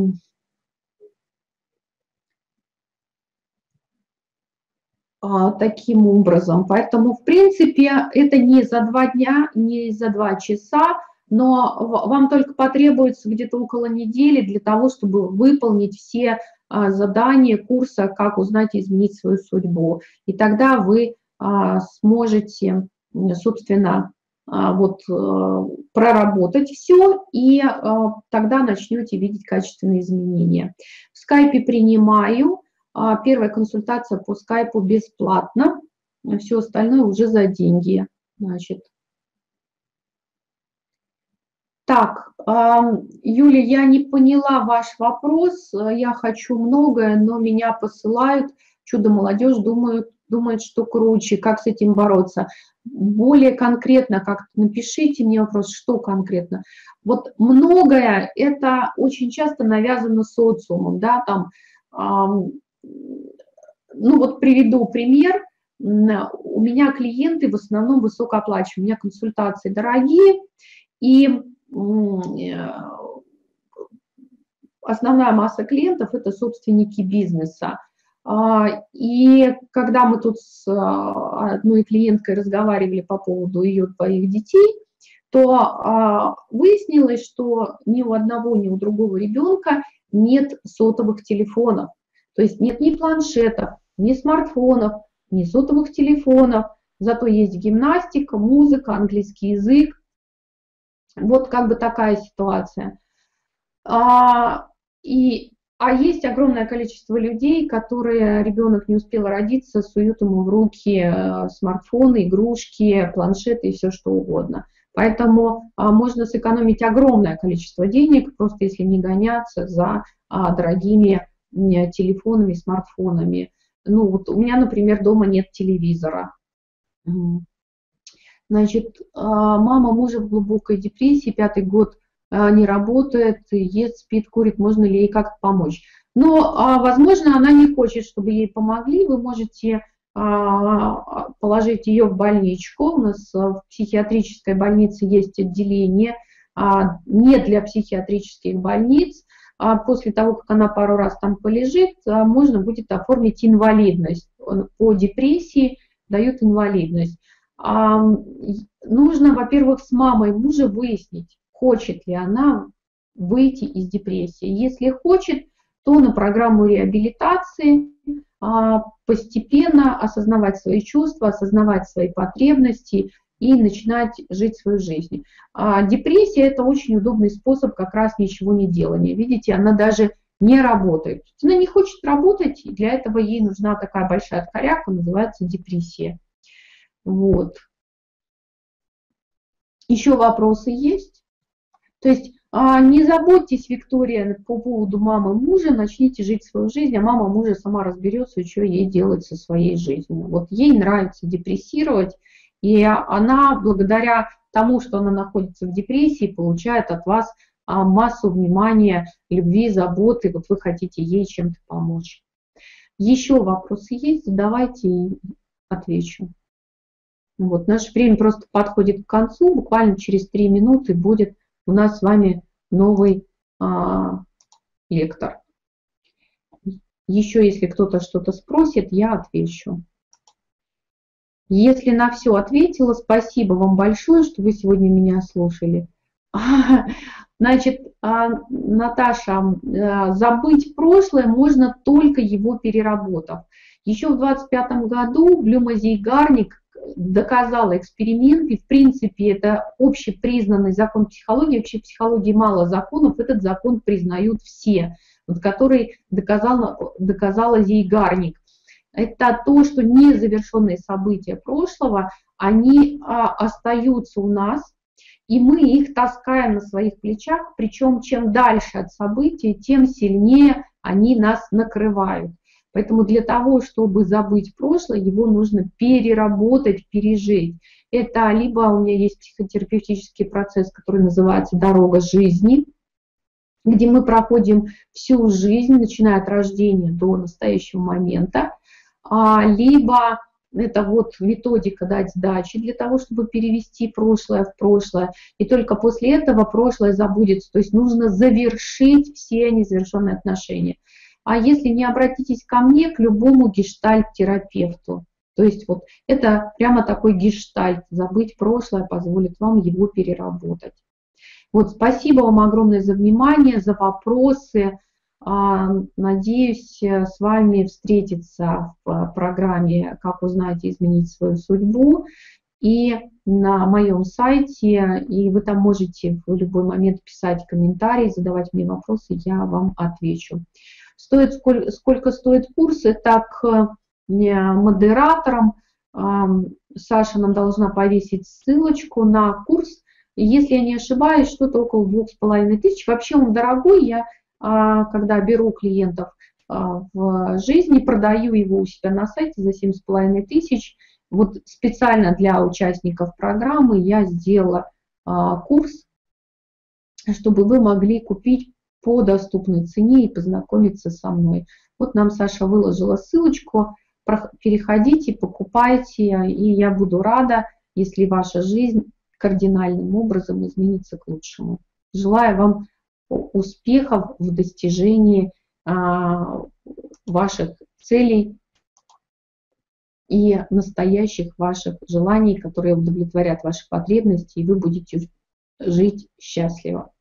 Таким образом. Поэтому, в принципе, это не за 2 дня, не за 2 часа, но вам только потребуется где-то около недели для того, чтобы выполнить все задания курса «Как узнать и изменить свою судьбу». И тогда вы сможете, собственно, проработать все, и тогда начнете видеть качественные изменения. В скайпе принимаю. Первая консультация по скайпу бесплатно, все остальное уже за деньги. Значит. Так, Юля, я не поняла ваш вопрос. Я хочу многое, но меня посылают. Чудо-молодежь думает, что круче. Как с этим бороться? Более конкретно как-то напишите мне вопрос, что конкретно. Вот многое, это очень часто навязано социумом, да, там, приведу пример. У меня клиенты в основном высокооплачиваемые, у меня консультации дорогие, и основная масса клиентов – это собственники бизнеса. И когда мы тут с одной клиенткой разговаривали по поводу ее 2 детей, то выяснилось, что ни у одного, ни у другого ребенка нет сотовых телефонов. То есть нет ни планшетов, ни смартфонов, ни сотовых телефонов. Зато есть гимнастика, музыка, английский язык, Вот как бы такая ситуация. А есть огромное количество людей, которые, ребенок не успел родиться, суют ему в руки смартфоны, игрушки, планшеты и все что угодно. Поэтому можно сэкономить огромное количество денег, просто если не гоняться за дорогими телефонами, смартфонами. Ну вот у меня, например, дома нет телевизора. Значит, мама мужа в глубокой депрессии, 5-й год не работает, ест, спит, курит, можно ли ей как-то помочь. Но, возможно, она не хочет, чтобы ей помогли, вы можете положить ее в больничку. У нас в психиатрической больнице есть отделение, не для психиатрических больниц. После того, как она пару раз там полежит, можно будет оформить инвалидность. По депрессии дают инвалидность. Нужно, во-первых, с мамой мужа выяснить, хочет ли она выйти из депрессии. Если хочет, то на программу реабилитации постепенно осознавать свои чувства, осознавать свои потребности и начинать жить свою жизнь. Депрессия – это очень удобный способ как раз ничего не делания. Видите, она даже не работает. Она не хочет работать, и для этого ей нужна такая большая откоряка, называется депрессия. Вот. Еще вопросы есть? То есть не заботьтесь, Виктория, по поводу мамы мужа, начните жить свою жизнь, а мама мужа сама разберется, что ей делать со своей жизнью. Вот ей нравится депрессировать, и она, благодаря тому, что она находится в депрессии, получает от вас массу внимания, любви, заботы, вот вы хотите ей чем-то помочь. Еще вопросы есть? Задавайте и отвечу. Вот, наше время просто подходит к концу, буквально через 3 минуты будет у нас с вами новый лектор. Еще если кто-то что-то спросит, я отвечу. Если на все ответила, спасибо вам большое, что вы сегодня меня слушали. Значит, Наташа, забыть прошлое можно только его переработав. Еще в 25 году Блюма Зейгарник доказала эксперимент, и в принципе это общепризнанный закон психологии, вообще в психологии мало законов, этот закон признают все, вот, который доказала Зейгарник. Это то, что незавершенные события прошлого, они остаются у нас, и мы их таскаем на своих плечах, причем чем дальше от событий, тем сильнее они нас накрывают. Поэтому для того, чтобы забыть прошлое, его нужно переработать, пережить. Это либо у меня есть психотерапевтический процесс, который называется «Дорога жизни», где мы проходим всю жизнь, начиная от рождения до настоящего момента, либо это вот методика «Дать сдачи» для того, чтобы перевести прошлое в прошлое, и только после этого прошлое забудется. То есть нужно завершить все незавершенные отношения. А если не обратитесь ко мне, к любому гештальт-терапевту. То есть вот это прямо такой гештальт. Забыть прошлое позволит вам его переработать. Вот, спасибо вам огромное за внимание, за вопросы. Надеюсь с вами встретиться в программе «Как узнать и изменить свою судьбу» и на моем сайте. И вы там можете в любой момент писать комментарии, задавать мне вопросы, я вам отвечу. Сколько стоит курс? Это к модераторам. Саша нам должна повесить ссылочку на курс. Если я не ошибаюсь, что-то около 2500. Вообще он дорогой. Я, когда беру клиентов в жизни, продаю его у себя на сайте за 7500. Вот специально для участников программы я сделала курс, чтобы вы могли купить по доступной цене и познакомиться со мной. Вот нам Саша выложила ссылочку, переходите, покупайте, и я буду рада, если ваша жизнь кардинальным образом изменится к лучшему. Желаю вам успехов в достижении ваших целей и настоящих ваших желаний, которые удовлетворят ваши потребности, и вы будете жить счастливо.